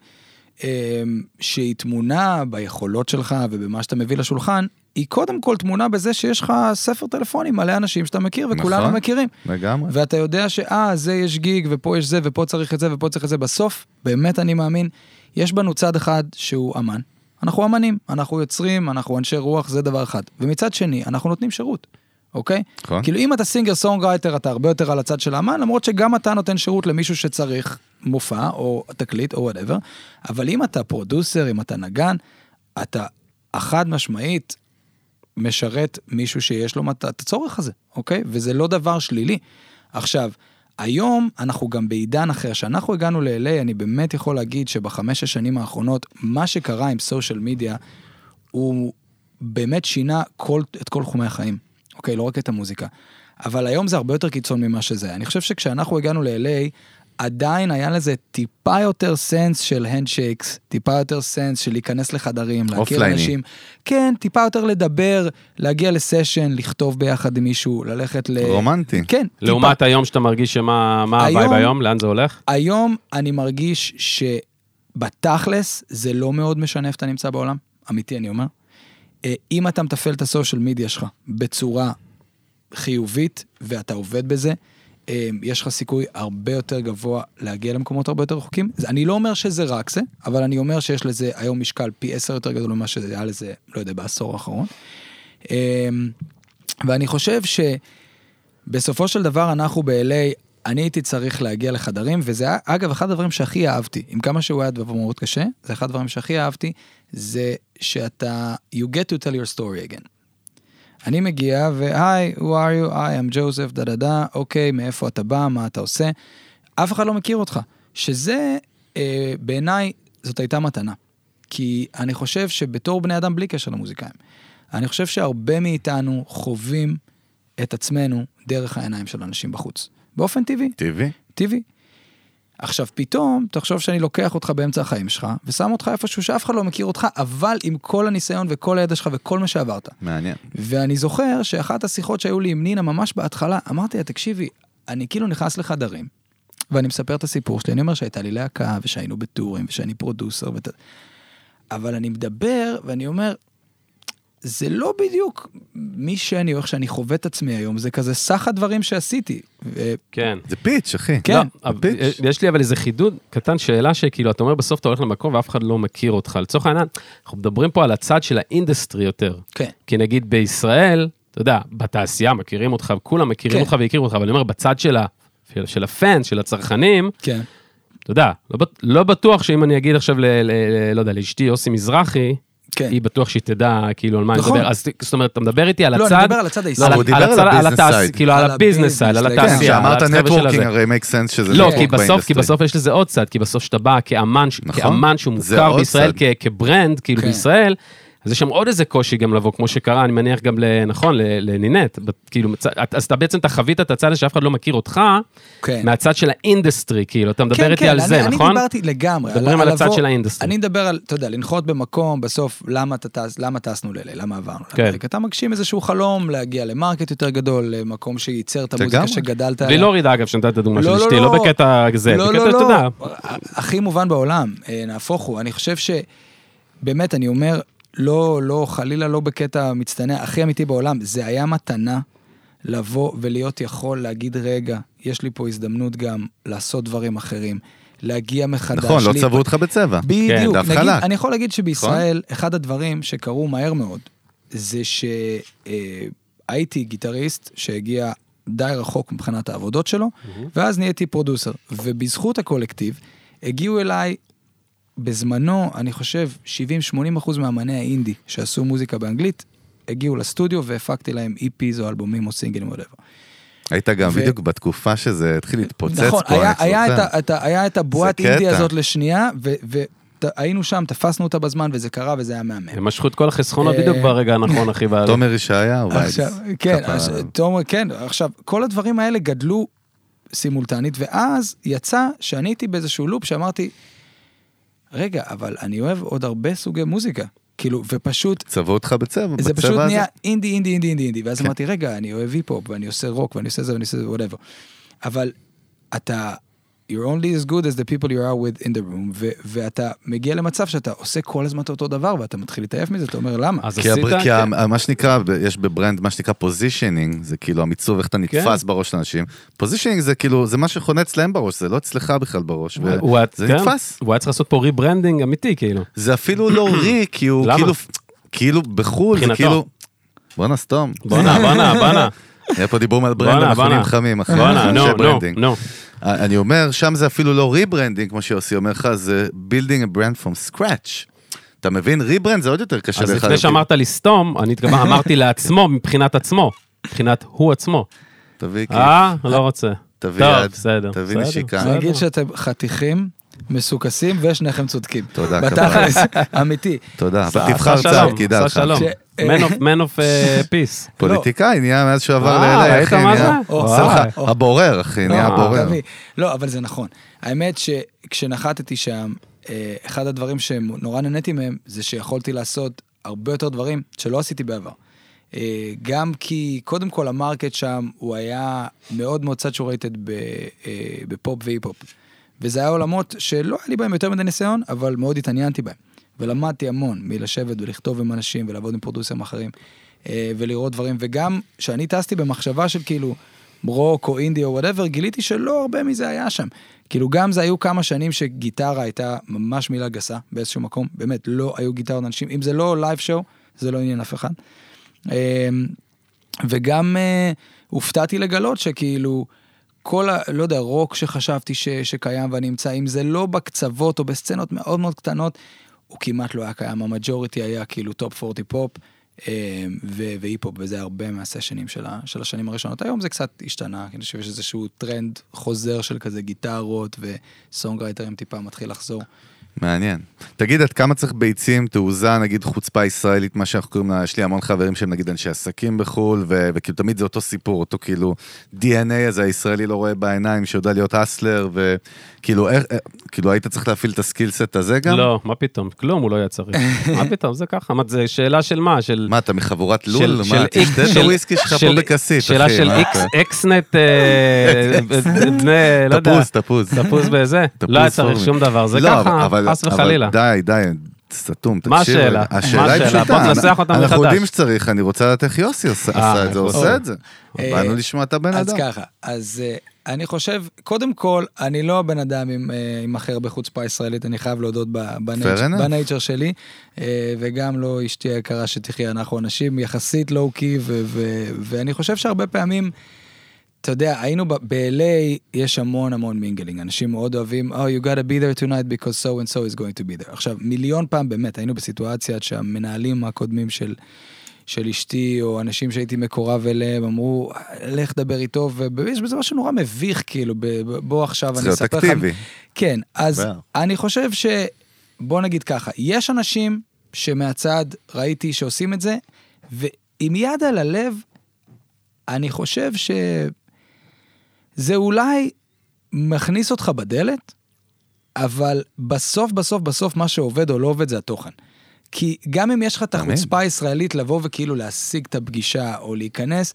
S2: שהיא תמונה ביכולות שלך ובמה שאתה מביא לשולחן, היא קודם כל תמונה בזה שיש לך ספר טלפונים מלא אנשים שאתה מכיר וכולנו מכירים.
S1: לגמרי.
S2: ואתה יודע זה יש גיג ופה יש זה ופה צריך את זה ופה צריך את זה. בסוף, באמת אני מאמין, יש בנו צד אחד שהוא אמן. אנחנו אמנים, אנחנו יוצרים, אנחנו אנשי רוח, זה דבר אחד. ומצד שני, אנחנו נותנים שירות. אוקיי? כאילו אם אתה סינגר סונגרייטר, אתה הרבה יותר על הצד של האמן, למרות שגם אתה נותן שירות למישהו שצריך מופע, או תקליט, או whatever, אבל אם אתה פרודוסר, אם אתה נגן, אתה אחד משמעית משרת מישהו שיש לו את הצורך הזה, אוקיי? וזה לא דבר שלילי. עכשיו, היום אנחנו גם בעידן אחר, שאנחנו הגענו ל-LA, אני באמת יכול להגיד שב5-6 שנים האחרונות, מה שקרה עם סושיאל מדיה, הוא באמת שינה את כל תחומי החיים. אוקיי, לא רק את המוזיקה. אבל היום זה הרבה יותר קיצון ממה שזה. אני חושב שכשאנחנו הגענו ל-LA, עדיין היה לזה טיפה יותר סנס של הנדשייקס, טיפה יותר סנס של להיכנס לחדרים, להכיר אנשים. כן, טיפה יותר לדבר, להגיע לסשן, לכתוב ביחד עם מישהו, ללכת
S1: רומנטי.
S2: כן.
S3: לעומת היום שאתה מרגיש מה הווייב היום, לאן זה הולך?
S2: היום אני מרגיש שבתכלס זה לא מאוד משנה איפה אתה נמצא בעולם, אמיתי אני אומר. אם אתה מתפעל את הסושיאל מדיה שלך בצורה חיובית, ואתה עובד בזה, יש לך סיכוי הרבה יותר גבוה להגיע למקומות הרבה יותר רחוקים. אני לא אומר שזה רק זה, אבל אני אומר שיש לזה היום משקל פי 10 יותר גדול ממה שזה היה לזה, לא יודע, בעשור האחרון. ואני חושב שבסופו של דבר אנחנו ב-LA, אני הייתי צריך להגיע לחדרים, וזה אגב אחד הדברים שהכי אהבתי, עם כמה שהוא היה דבר מאוד קשה, זה אחד הדברים שהכי אהבתי, זה שאתה, you get to tell your story again. אני מגיע, ו-Hi, who are you? Hi, I'm Joseph, דדדה, אוקיי, מאיפה אתה בא, מה אתה עושה? אף אחד לא מכיר אותך. שזה, בעיניי, זאת הייתה מתנה. כי אני חושב שבתור בני אדם בלי קשר למוזיקאים, אני חושב שהרבה מאיתנו חווים את עצמנו דרך העיניים של אנשים בחוץ. באופן טבעי. טבעי. עכשיו פתאום, תחשוב שאני לוקח אותך באמצע החיים שלך, ושם אותך איפשהו שאף אחד לא מכיר אותך, אבל עם כל הניסיון וכל הידע שלך וכל מה שעברת.
S1: מעניין.
S2: ואני זוכר שאחת השיחות שהיו לי עם נינה ממש בהתחלה, אמרתי לה, תקשיבי, אני כאילו נכנס לחדרים, ואני מספר את הסיפור שלי, אני אומר שהייתה לי להקה, ושהיינו בטורים, ושאני פרודוסר, אבל אני מדבר, ואני אומר, זה לא בדיוק מי שאני, או איך שאני חווה את עצמי היום, זה כזה סך הדברים שעשיתי.
S3: כן.
S1: זה פיץ', אחי.
S2: כן.
S3: יש לי אבל איזה חידוד קטן, שאלה שכאילו, אתה אומר בסוף אתה הולך למקום, ואף אחד לא מכיר אותך. לצורך העניין, אנחנו מדברים פה על הצד של האינדסטרי יותר.
S2: כן.
S3: כי נגיד בישראל, אתה יודע, בתעשייה מכירים אותך, כולם מכירים אותך והכירים אותך, אבל אני אומר, בצד של הפן, של הצרכנים,
S2: כן.
S3: אתה יודע, לא בטוח שאם אני אגיד עכשיו, לא יודע, לאשתי יוסי מזרחי, היא בטוח שהיא תדע, כאילו, על מה אני מדבר. אז זאת אומרת, אתה מדבר איתי על הצד...
S2: לא, אני מדבר על הצד הישראלי.
S1: הוא דיבר על הביזנס סייד.
S3: כאילו, על הביזנס סייד, על התעשייה.
S1: שאמרת נטוורקינג, הרי make sense שזה
S3: לא, כי בסוף יש לזה עוד צד, כי בסוף שאתה בא כאמן שהוא מוכר בישראל, כברנד, כאילו בישראל, אז יש שם עוד איזה קושי גם לבוא, כמו שקרה, אני מניח גם לנינט, כאילו, אז אתה בעצם חווית את הצד שאף אחד לא מכיר אותך, מהצד של האינדסטרי, כאילו, אתה מדבר איתי על זה, נכון?
S2: אני דיברתי לגמרי.
S3: מדברים על הצד של האינדסטרי.
S2: אני מדבר על, אתה יודע, לנחות במקום, בסוף, למה טסנו לאלה, למה עברנו לאמריקה? אתה מגשים איזשהו חלום להגיע למרקט יותר גדול, למקום שייצר את המוזיקה שגדלת.
S3: בלי להוריד, אגב, שנתת את הדוגמה של אשתי, לא בקטע זה, בקטע תודה.
S2: הכי מובן בעולם, נהפוך הוא. אני חושב שבאמת, אני אומר, לא, חלילה לא בקטע מצטנע, הכי אמיתי בעולם, זה היה מתנה לבוא ולהיות יכול להגיד, רגע, יש לי פה הזדמנות גם לעשות דברים אחרים, להגיע מחדש.
S1: נכון, לא צבעו אותך בצבע.
S2: בדיוק. אני יכול להגיד שבישראל, אחד הדברים שקרו מהר מאוד, זה שהייתי גיטריסט שהגיע די רחוק מבחינת העבודות שלו, ואז נהייתי פרודוסר, ובזכות הקולקטיב, הגיעו אליי בזמנו, אני חושב, 70-80% מהאמני האינדי שעשו מוזיקה באנגלית, הגיעו לסטודיו והפקתי להם EPs או אלבומים או סינגלים או דבר.
S1: היית גם בדיוק בתקופה שזה התחיל להתפוצץ
S2: נכון,
S1: פה.
S2: היה את הבועת אינדי הזאת לשנייה, והיינו שם, תפסנו אותה בזמן, וזה קרה וזה היה מהמם.
S3: הם משכו את כל החסכונות בדיוק ברגע הנכון, אחי.
S1: תומר ישעיהו.
S2: כן, עכשיו, כל הדברים האלה גדלו סימולטנית, ואז יצא שאני הייתי באיזשהו לופ שאמרתי, רגע, אבל אני אוהב עוד הרבה סוגי מוזיקה, כאילו, ופשוט...
S1: צבעו אותך בצבע,
S2: זה פשוט נהיה אינדי, ואז אמרתי, רגע, אני אוהב היפ-הופ, ואני עושה רוק, ואני עושה זה, ואני עושה זה, whatever. אבל אתה, you're only as good as the people you are with in the room, ואתה מגיע למצב שאתה עושה כל הזמן אותו דבר, ואתה מתחיל להתעייף מזה, אתה אומר, למה?
S1: כי מה שנקרא, יש בברנד, מה שנקרא פוזישנינג, זה כאילו המיצוב, איך אתה נתפס בראש לאנשים. פוזישנינג זה כאילו, זה מה שחונץ להם בראש, זה לא אצלך בכלל בראש, וזה נתפס.
S3: הוא היה צריך לעשות פה ריברנדינג אמיתי, כאילו.
S1: זה אפילו לא רי, כי הוא כאילו בחול, זה כאילו... בוא נסתום.
S3: בוא.
S1: היה פה דיבור על ברנד, המכונים חמים, אחרי ברנדינג. אני אומר, שם זה אפילו לא ריברנדינג, כמו שיוסי אומר לך, זה building a brand from scratch. אתה מבין? ריברנד זה עוד יותר קשה.
S3: אז לפני שאמרת לסתום, אני אמרתי לעצמו, מבחינת עצמו, מבחינת הוא עצמו.
S1: תביא כי...
S3: לא רוצה.
S1: תביא יד, תביא נשיקה.
S2: אני אגיד שאתם חתיכים, מסוכסים, ושניכם צודקים.
S1: תודה.
S2: בתכלס, אמיתי.
S1: תודה, אבל תבחר צד, כדאי לך.
S3: Man of peace.
S1: פוליטיקאי, נהיה מאז שהוא עבר לאתי, נהיה... הבורר, אחי, נהיה הבורר.
S2: לא, אבל זה נכון. האמת שכשנחתתי שם, אחד הדברים שנורא נהניתי מהם, זה שיכולתי לעשות הרבה יותר דברים שלא עשיתי בעבר. גם כי, קודם כל, המרקט שם, הוא היה מאוד מאוד סאצ'ורייטד בפופ והיפ-הופ. וזה היה עולמות שלא היה לי בהם יותר מדי ניסיון, אבל מאוד התעניינתי בהם. ולמדתי המון מלשבת ולכתוב עם אנשים ולעבוד עם פרודוסרים אחרים, ולראות דברים. וגם שאני טסתי במחשבה של כאילו רוק או אינדי או whatever, גיליתי שלא הרבה מזה היה שם. כאילו גם זה היו כמה שנים שגיטרה הייתה ממש מילה גסה באיזשהו מקום. באמת, לא היו גיטרות אנשים. אם זה לא לייב שואו, זה לא עניין אף אחד. וגם הופתעתי לגלות שכאילו... כל לא יודע, רוק שחשבתי שקיים ונמצא, אם זה לא בקצוות או בסצנות מאוד מאוד קטנות, הוא כמעט לא היה קיים, המג'וריטי היה כאילו טופ 40 פופ והיפ-הופ, וזה הרבה מהסשנים של השנים הראשונות. היום זה קצת השתנה, אני חושב שיש איזשהו טרנד חוזר של כזה גיטרות, וסונגרייטרים טיפה מתחיל לחזור.
S1: מעניין. תגיד, עד כמה צריך ביצים, תעוזה, נגיד חוצפה ישראלית, מה שאנחנו קוראים לה, יש לי המון חברים שהם נגיד אנשי עסקים בחול, וכאילו תמיד זה אותו סיפור, אותו כאילו DNA הזה, הישראלי לא רואה בעיניים, שיודע להיות אסלר, וכאילו, כאילו היית צריך להפעיל את הסקילסט הזה גם?
S3: לא, מה פתאום? כלום הוא לא היה צריך. מה פתאום? זה ככה. זה שאלה של מה?
S1: מה, אתה מחבורת לול? מה, תשתה את הוויסקי שלך פה בכסית,
S3: שאלה של אקסנט,
S1: תפוז
S3: בזה. לא היה צריך שום דבר, זה ככה. חס וחלילה.
S1: די, סתום,
S3: מה השאלה?
S1: השאלה היא פשוטה.
S3: בוא תנסח אותם מחדש.
S1: אנחנו יודעים שצריך, אני רוצה לדעת איך יוסי עשה את זה, עושה את זה. באנו לשמוע את הבן אדם.
S2: אז ככה, אני חושב, קודם כל, אני לא הבן אדם עם אחר בחוצפה ישראלית, אני חייב להודות בנייצ'ר שלי, וגם לא אשתי היקרה שתחיה, אנחנו אנשים יחסית לואו-קי, ואני חושב שהרבה פעמים, אתה יודע, היינו ב-LA, יש המון מינגלינג, אנשים מאוד אוהבים, you gotta be there tonight because so and so is going to be there. עכשיו, מיליון פעם באמת, היינו בסיטואציה שהמנהלים הקודמים של אשתי, או אנשים שהייתי מקורב אליהם, אמרו, לך דבר איתו, ויש בזה משהו נורא מביך, כאילו, בוא עכשיו אני אספר לך. זה אקטיבי. כן, אז אני חושב בוא נגיד ככה, יש אנשים שמהצד ראיתי שעושים את זה, ועם יד על הלב, אני חושב זה אולי מכניס אותך בדלת, אבל בסוף מה שעובד או לא עובד זה התוכן. כי גם אם יש לך את החוצפה הישראלית לבוא וכאילו להשיג את הפגישה או להיכנס,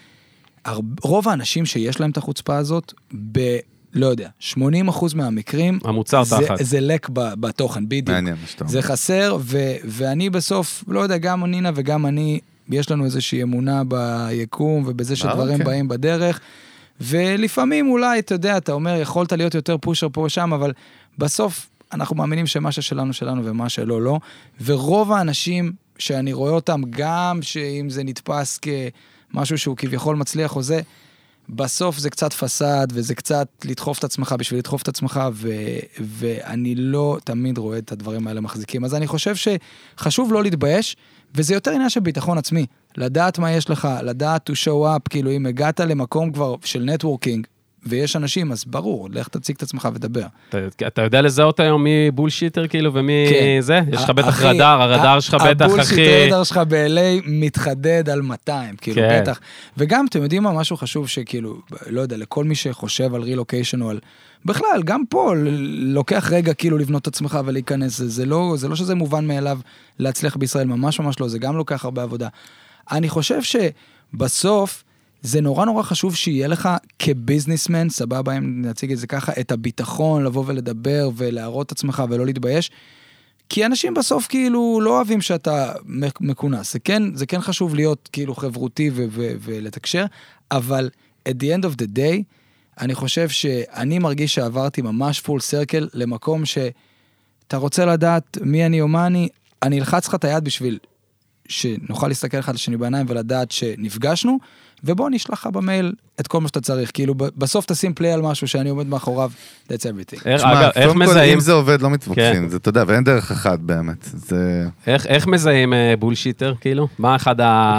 S2: רוב האנשים שיש להם את החוצפה הזאת, לא יודע, 80% מהמקרים, זה לק בתוכן, בדיוק. זה חסר, ואני בסוף, לא יודע, גם נינה וגם אני, יש לנו איזושהי אמונה ביקום, ובזה שדברים באים בדרך, ולפעמים אולי, אתה יודע, אתה אומר, יכולת להיות יותר פושר פה ושם, אבל בסוף אנחנו מאמינים שמה ששלנו שלנו ומה שלא לא, ורוב האנשים שאני רואה אותם, גם שאם זה נתפס כמשהו שהוא כביכול מצליח או זה, בסוף זה קצת פסד, וזה קצת לדחוף את עצמך בשביל לדחוף את עצמך, ואני לא תמיד רואה את הדברים האלה מחזיקים. אז אני חושב שחשוב לא להתבייש, וזה יותר עניין של ביטחון עצמי. לדעת מה יש לך, לדעת to show up, כאילו אם הגעת למקום כבר של נטוורקינג, ויש אנשים, אז ברור, לך תציג את עצמך ודבר.
S3: אתה יודע לזהות היום מי בולשיטר כאילו, ומי זה? יש לך בטח רדאר, הרדאר שלך בטח הכי...
S2: הבולשיטר רדאר שלך ב-LA מתחדד על 200, כאילו בטח. וגם, אתם יודעים מה, משהו חשוב שכאילו, לא יודע, לכל מי שחושב על רילוקיישן או על... בכלל, גם פה לוקח רגע כאילו לבנות את עצמך ולהיכנס, זה לא שזה מובן מאליו להצליח בישראל, ממש לא, זה גם לוקח הרבה עבודה. אני חושב שבסוף, זה נורא חשוב שיהיה לך כביזנסמן, סבבה אם נציג את זה ככה, את הביטחון לבוא ולדבר ולהראות את עצמך ולא להתבייש, כי אנשים בסוף כאילו לא אוהבים שאתה מכונס, זה כן חשוב להיות כאילו חברותי ולתקשר, אבל at the end of the day, אני חושב שאני מרגיש שעברתי ממש full circle למקום שאתה רוצה לדעת מי אני או מה אני אלחץ לך את היד בשביל שנוכל להסתכל אחד לשני בעיניים ולדעת שנפגשנו, ובוא נשלח לך במייל את כל מה שאתה צריך, כאילו בסוף תשים פליי על משהו שאני עומד מאחוריו, that's everything.
S1: איך מזהים? אם זה עובד לא מתווכחים, זה אתה יודע, ואין דרך אחת באמת.
S3: איך מזהים בולשיטר, כאילו? מה אחד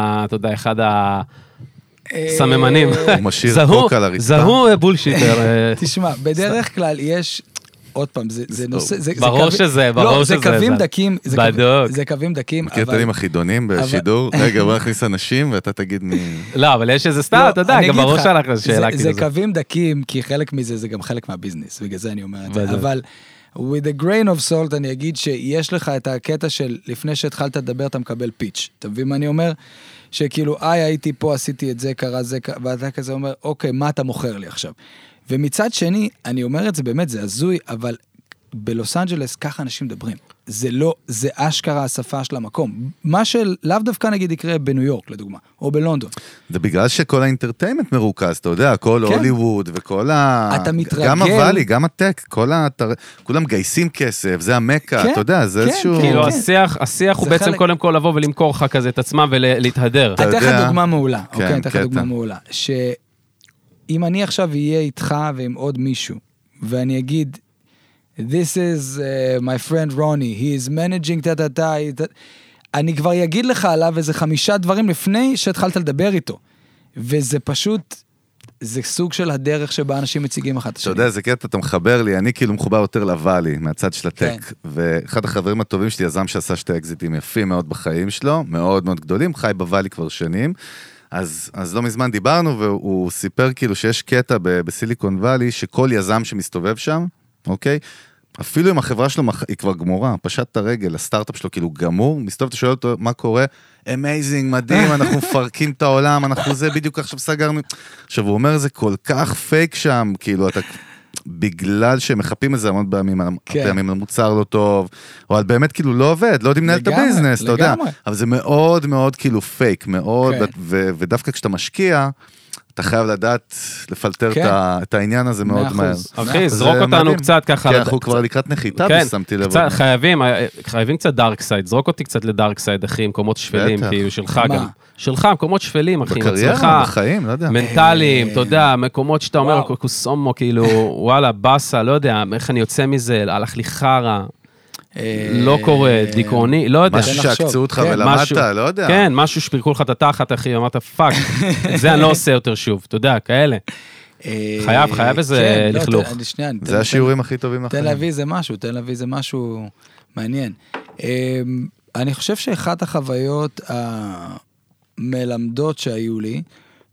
S3: הסממנים?
S1: הוא משאיר קוק על הרצפה.
S3: זהו בולשיטר.
S2: תשמע, בדרך כלל יש... עוד פעם, זה נושא...
S3: ברור שזה.
S2: לא, זה קווים דקים. זה קווים דקים,
S1: מכיר את הדברים החידונים בשידור? רגע, בוא נכניס אנשים ואתה תגיד מי...
S3: לא, אבל יש איזה סתם, אתה יודע, גם ברור שהלך לשאלה כזאת.
S2: זה קווים דקים, כי חלק מזה זה גם חלק מהביזנס, בגלל זה אני אומר את זה. אבל with a grain of salt אני אגיד שיש לך את הקטע של לפני שהתחלת לדבר אתה מקבל פיץ'. אתה מבין מה אני אומר? שכאילו, הייתי פה, עשיתי את זה, קרה זה, ואתה כזה אומר, אוקיי, מה אתה מוכר לי עכשיו? ומצד שני, אני אומר את זה באמת, זה הזוי, אבל בלוס אנג'לס ככה אנשים מדברים. זה לא, זה אשכרה השפה של המקום. מה שלאו דווקא נגיד יקרה בניו יורק, לדוגמה, או בלונדון.
S1: זה בגלל שכל האינטרטיימנט מרוכז, אתה יודע, כל הוליווד וכל
S2: אתה מתרגל.
S1: גם הוואלי, גם הטק, כולם גייסים כסף, זה המקה, אתה יודע, זה איזשהו...
S3: כאילו, השיח הוא בעצם קודם כל לבוא ולמכור לך כזה את עצמם ולהתהדר.
S2: אתן לך דוגמה מעולה, אוקיי, אתן לך דוגמה מעולה, אם אני עכשיו אהיה איתך ועם עוד מישהו, ואני אגיד, this is my friend Ronnie, he is managing אני כבר אגיד לך עליו איזה 5 דברים לפני שהתחלת לדבר איתו. וזה פשוט, זה סוג של הדרך שבה אנשים מציגים אחת השני.
S1: אתה יודע, זה קטע, אתה מחבר לי, אני כאילו מחובר יותר לוואלי, מהצד של הטק, ואחד החברים הטובים שלי, יזם שעשה 2 אקזיטים יפים מאוד בחיים שלו, מאוד מאוד גדולים, חי בוואלי כבר שנים, אז לא מזמן דיברנו, והוא סיפר כאילו שיש קטע בסיליקון ואלי, שכל יזם שמסתובב שם, אוקיי? אפילו אם החברה שלו היא כבר גמורה, פשט את הרגל, הסטארט-אפ שלו כאילו גמור, מסתובב, אתה שואל אותו מה קורה, אמייזינג, מדהים, אנחנו מפרקים את העולם, אנחנו זה בדיוק עכשיו סגרנו. עכשיו הוא אומר, זה כל כך פייק שם, כאילו אתה בגלל שהם מחפים את זה המון פעמים למוצר לא טוב, או על באמת כאילו לא עובד, לא יודעים לנהל את הביזנס, אתה יודע, אבל זה מאוד מאוד כאילו פייק, מאוד, ודווקא כשאתה משקיע, אתה חייב לדעת לפלטר את העניין הזה מאוד מהר.
S3: אחי, זרוק אותנו קצת ככה.
S1: כי אנחנו כבר לקראת נחיתה, ושמתי לב.
S3: חייבים קצת דארק סייד, זרוק אותי קצת לדארק סייד, אחי, מקומות שפלים, כאילו שלך גם. שלך, מקומות שפלים, אחי,
S1: בקריירה, בחיים, לא יודע.
S3: מנטליים, אתה יודע, מקומות שאתה אומר, קוסומו, כאילו, וואלה, בסה, לא יודע, איך אני יוצא מזה, הלך לי חרה. לא קורה, דיכאוני, לא יודע.
S1: משהו שעקצו אותך ולמדת, לא יודע.
S3: כן, משהו שפרקו לך את התחת, אחי, אמרת, פאק, את זה אני לא עושה יותר שוב, אתה יודע, כאלה. חייב איזה לכלוך.
S1: זה השיעורים הכי טובים לחיים.
S2: תל אביב זה משהו מעניין. אני חושב שאחת החוויות המלמדות שהיו לי,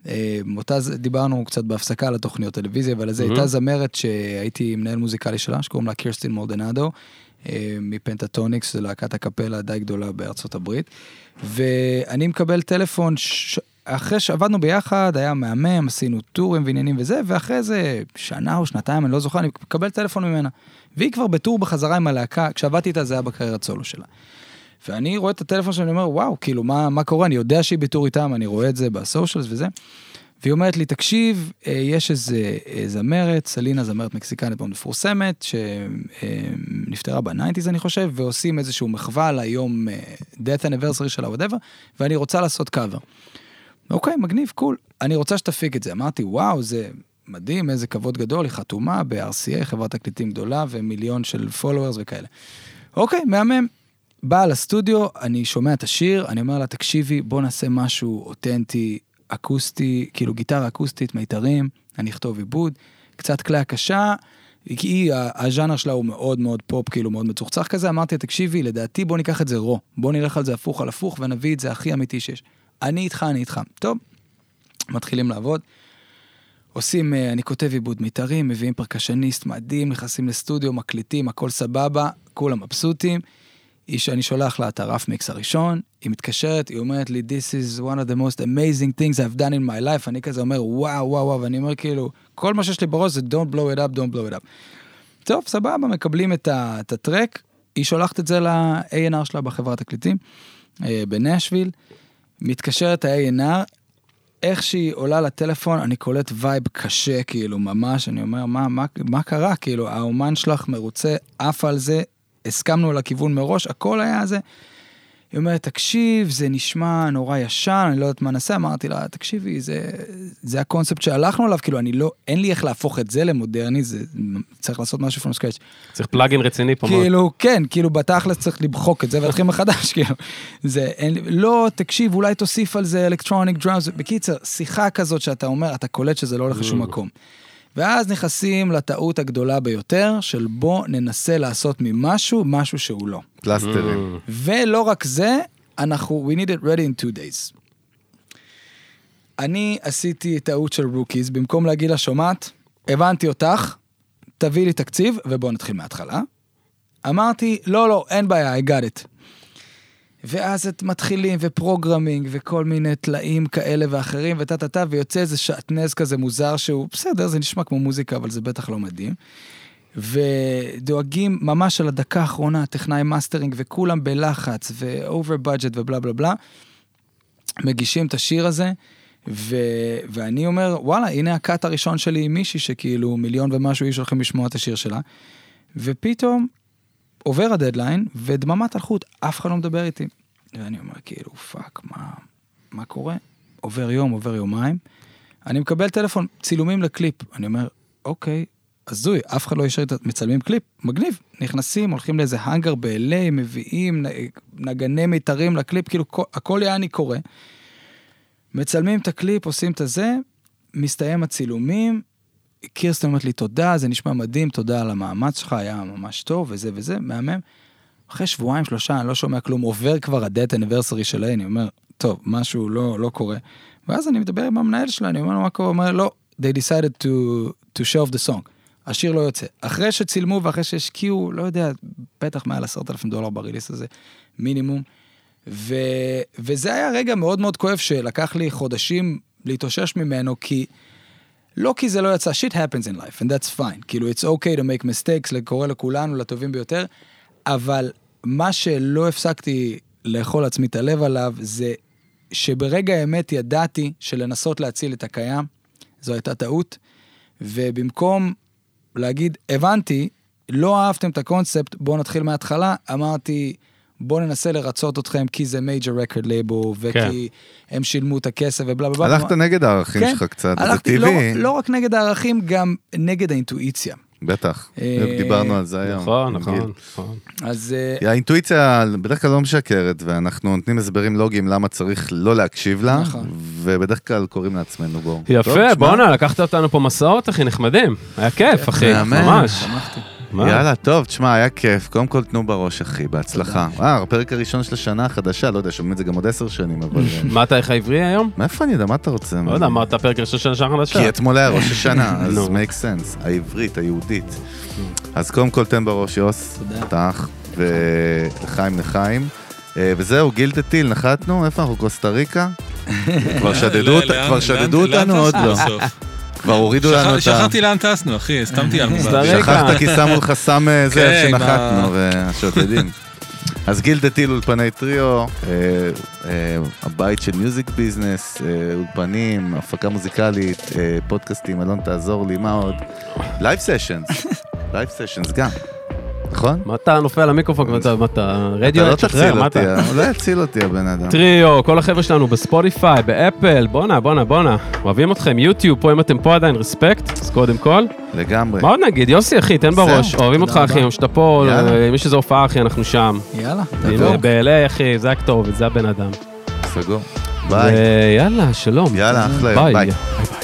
S2: דיברנו קצת בהפסקה על התוכניות טלוויזיה, אבל אז הייתה זמרת שהייתי מנהל מוזיקלי שלה, שקוראים לה קירסטין מולדנדו, מפנטטוניקס, זו להקת הקפלה די גדולה בארצות הברית, ואני מקבל טלפון, אחרי שעבדנו ביחד, היה מהמם, עשינו טורים ועניינים וזה, ואחרי זה שנה או שנתיים, אני לא זוכר, אני מקבל טלפון ממנה, והיא כבר בטור בחזרה עם הלהקה, כשעבדתי איתה זה היה בקריירת סולו שלה. ואני רואה את הטלפון שאני אומר, וואו, כאילו, מה קורה? אני יודע שהיא בטור איתם, אני רואה את זה בסושיאלס וזה, והיא אומרת לי, תקשיב, יש איזה זמרת, סלינה זמרת מקסיקנית מאוד מפורסמת, שנפטרה ב-90s אני חושב, ועושים איזשהו מחווה ליום death anniversary שלה, whatever, ואני רוצה לעשות קאבר. אוקיי, מגניב, קול. אני רוצה שתפיק את זה. אמרתי, וואו, זה מדהים, איזה כבוד גדול, היא חתומה ב-RCA, חברת תקליטים גדולה, ומיליון של followers וכאלה. אוקיי, מהמם. באה לסטודיו, אני שומע את השיר, אני אומר לה, תקשיבי, בוא נעשה משהו אותנטי, אקוסטי, כאילו גיטרה אקוסטית, מיתרים, אני אכתוב עיבוד, קצת כלי הקשה, כי הז'אנר שלה הוא מאוד מאוד פופ, כאילו מאוד מצוחצח כזה, אמרתי, תקשיבי, לדעתי בוא ניקח את זה רו, בוא נלך על זה הפוך על הפוך, ונביא את זה הכי אמיתי שיש. אני איתך. טוב, מתחילים לעבוד, עושים, אני כותב עיבוד מיתרים, מביאים פרקשניסט מדהים, נכנסים לסטודיו, מקליטים, הכל סבבה, כולם מבסוטים, אני שולח לה את הרף מיקס הראשון, היא מתקשרת, היא אומרת לי, this is one of the most amazing things I've done in my life, אני כזה אומר, וואו, ואני אומר כאילו, כל מה שיש לי בראש זה don't blow it up. טוב, סבבה, מקבלים את הטרק, היא שולחת את זה ל-A&R שלה בחברת תקליטים, בנשוויל, מתקשרת ה-A&R, איך שהיא עולה לטלפון, אני קולט וייב קשה, כאילו, ממש, אני אומר, מה קרה? כאילו, האומן שלך מרוצה, אף על זה, הסכמנו לכיוון מראש, הכל היה זה. היא אומרת, תקשיב, זה נשמע נורא ישן, אני לא יודעת מה נעשה, אמרתי לה, תקשיבי, זה הקונספט שהלכנו עליו, כאילו, אין לי איך להפוך את זה למודרני, צריך לעשות משהו from scratch.
S3: צריך פלאגין רציני פה.
S2: כאילו, כן, כאילו, בתכלס צריך לבחוק את זה, ולהתחיל מחדש, כאילו. לא, תקשיב, אולי תוסיף על זה אלקטרוניק דראמס, בקיצר, שיחה כזאת שאתה אומר, אתה קולט שזה לא הולך לשום מקום. ואז נכנסים לטעות הגדולה ביותר, של בוא ננסה לעשות ממשהו, משהו שהוא לא.
S1: פלסטרים.
S2: ולא רק זה, we need it ready in 2 days. אני עשיתי טעות של רוקיז, במקום להגיד לה שומעת, הבנתי אותך, תביא לי תקציב, ובוא נתחיל מההתחלה. אמרתי, לא, אין בעיה, I got it. ואז את מתחילים, ופרוגרמינג, וכל מיני תלאים כאלה ואחרים, ויוצא איזה שעטנז כזה מוזר, שהוא בסדר, זה נשמע כמו מוזיקה, אבל זה בטח לא מדהים. ודואגים ממש על הדקה האחרונה, טכנאי מאסטרינג, וכולם בלחץ, ואובר בדג'ט ובלה בלה בלה, מגישים את השיר הזה, ואני אומר, וואלה, הנה הקאט הראשון שלי עם מישהי, שכאילו 1,000,000 ומשהו איש הולכים לשמוע את השיר שלה, ופתאום, עובר הדדליין, ודממת הלכות, אף אחד לא מדבר איתי. ואני אומר, כאילו, פאק, מה קורה? עובר יום, עובר יומיים. אני מקבל טלפון, צילומים לקליפ. אני אומר, אוקיי, הזוי, אף אחד לא ישר מצלמים קליפ, מגניב. נכנסים, הולכים לאיזה הנגר ב-LA, מביאים נגני מיתרים לקליפ, כאילו, הכל יעני קורה. מצלמים את הקליפ, עושים את זה, מסתיים הצילומים, קירסטן אומרת לי, תודה, זה נשמע מדהים, תודה על המאמץ שלך, היה ממש טוב, וזה, מהמם. אחרי 2-3 אני לא שומע כלום, עובר כבר ה-death anniversary שלה, אני אומר, טוב, משהו לא קורה. ואז אני מדבר עם המנהל שלה, אני אומר לו מה קורה, הוא אומר, לא, they decided to shelve the song. השיר לא יוצא. אחרי שצילמו ואחרי שהשקיעו, לא יודע, בטח מעל $10,000 בריליס הזה, מינימום. וזה היה רגע מאוד מאוד כואב, שלקח לי חודשים להתאושש ממנו, כי לא כי זה לא יצא, shit happens in life, and that's fine. כאילו, it's okay to make mistakes, קורה לכולנו, לטובים ביותר, אבל מה שלא הפסקתי לאכול עצמי את הלב עליו, זה שברגע האמת ידעתי שלנסות להציל את הקיים, זו הייתה טעות, ובמקום להגיד, הבנתי, לא אהבתם את הקונספט, בואו נתחיל מההתחלה, אמרתי, בואו ננסה לרצות אתכם, כי זה major record label, וכי הם שילמו את הכסף, ובלה בלה.
S1: הלכת נגד הערכים שלך קצת, זה טבעי.
S2: לא רק נגד הערכים, גם נגד האינטואיציה.
S1: בטח, דיברנו על זה היום.
S3: נכון.
S2: אז...
S1: האינטואיציה בדרך כלל לא משקרת, ואנחנו נותנים הסברים לוגיים למה צריך לא להקשיב לה, ובדרך כלל קוראים לעצמנו בו.
S3: יפה, בוא'נה, לקחת אותנו פה מסעות, אחי, נחמדים. היה כיף, אחי, ממש.
S1: יאללה, טוב, תשמע, היה כיף. קודם כל תנו בראש, אחי, בהצלחה. הפרק הראשון של השנה החדשה, לא יודע, שומעים את זה גם עוד 10 שנים, אבל...
S3: מה אתה איך העברי היום?
S1: מאיפה אני יודע, מה אתה רוצה?
S3: לא יודע, מה אתה פרק ראשון של השנה החדשה?
S1: כי אתמול היה ראש השנה, אז make sense, העברית, היהודית. אז קודם כל תן בראש, יוס, תח, ולחיים. וזהו, גילדה טיל, נחתנו, איפה אנחנו, קוסטה ריקה? כבר שדדו אותנו, עוד לא. כבר הורידו לנו את ה...
S4: שכחתי לאן טסנו, אחי, הסתמתי על מובן.
S1: שכחת כי שמו לך סם זה שנחתנו, והשודדים. אז גילדה טיל, אולפני טריו, הבית של מיוזיק ביזנס, אולפנים, הפקה מוזיקלית, פודקאסטים, אלון תעזור לי, מה עוד? לייב סשנס גם. נכון?
S3: מה אתה נופל על המיקרופון, מה אתה רדיו?
S1: אתה לא תציל אותי, אולי יציל אותי הבן אדם.
S3: טריו, כל החבר'ה שלנו בספוטיפיי, באפל, בונה, אוהבים אתכם, יוטיוב, פה אם אתם פה עדיין, רספקט, אז קודם כל.
S1: לגמרי.
S3: מה עוד נגיד? יוסי אחי, תן בראש, אוהבים אותך אחי, שאתה פה, מי שזו הופעה אחי, אנחנו שם.
S2: יאללה,
S3: תבוא. בעלי אחי, זה הכתובת, זה הבן אדם.
S1: סגור. ביי.
S3: יאללה, שלום.
S1: יאללה, אחלה, ביי.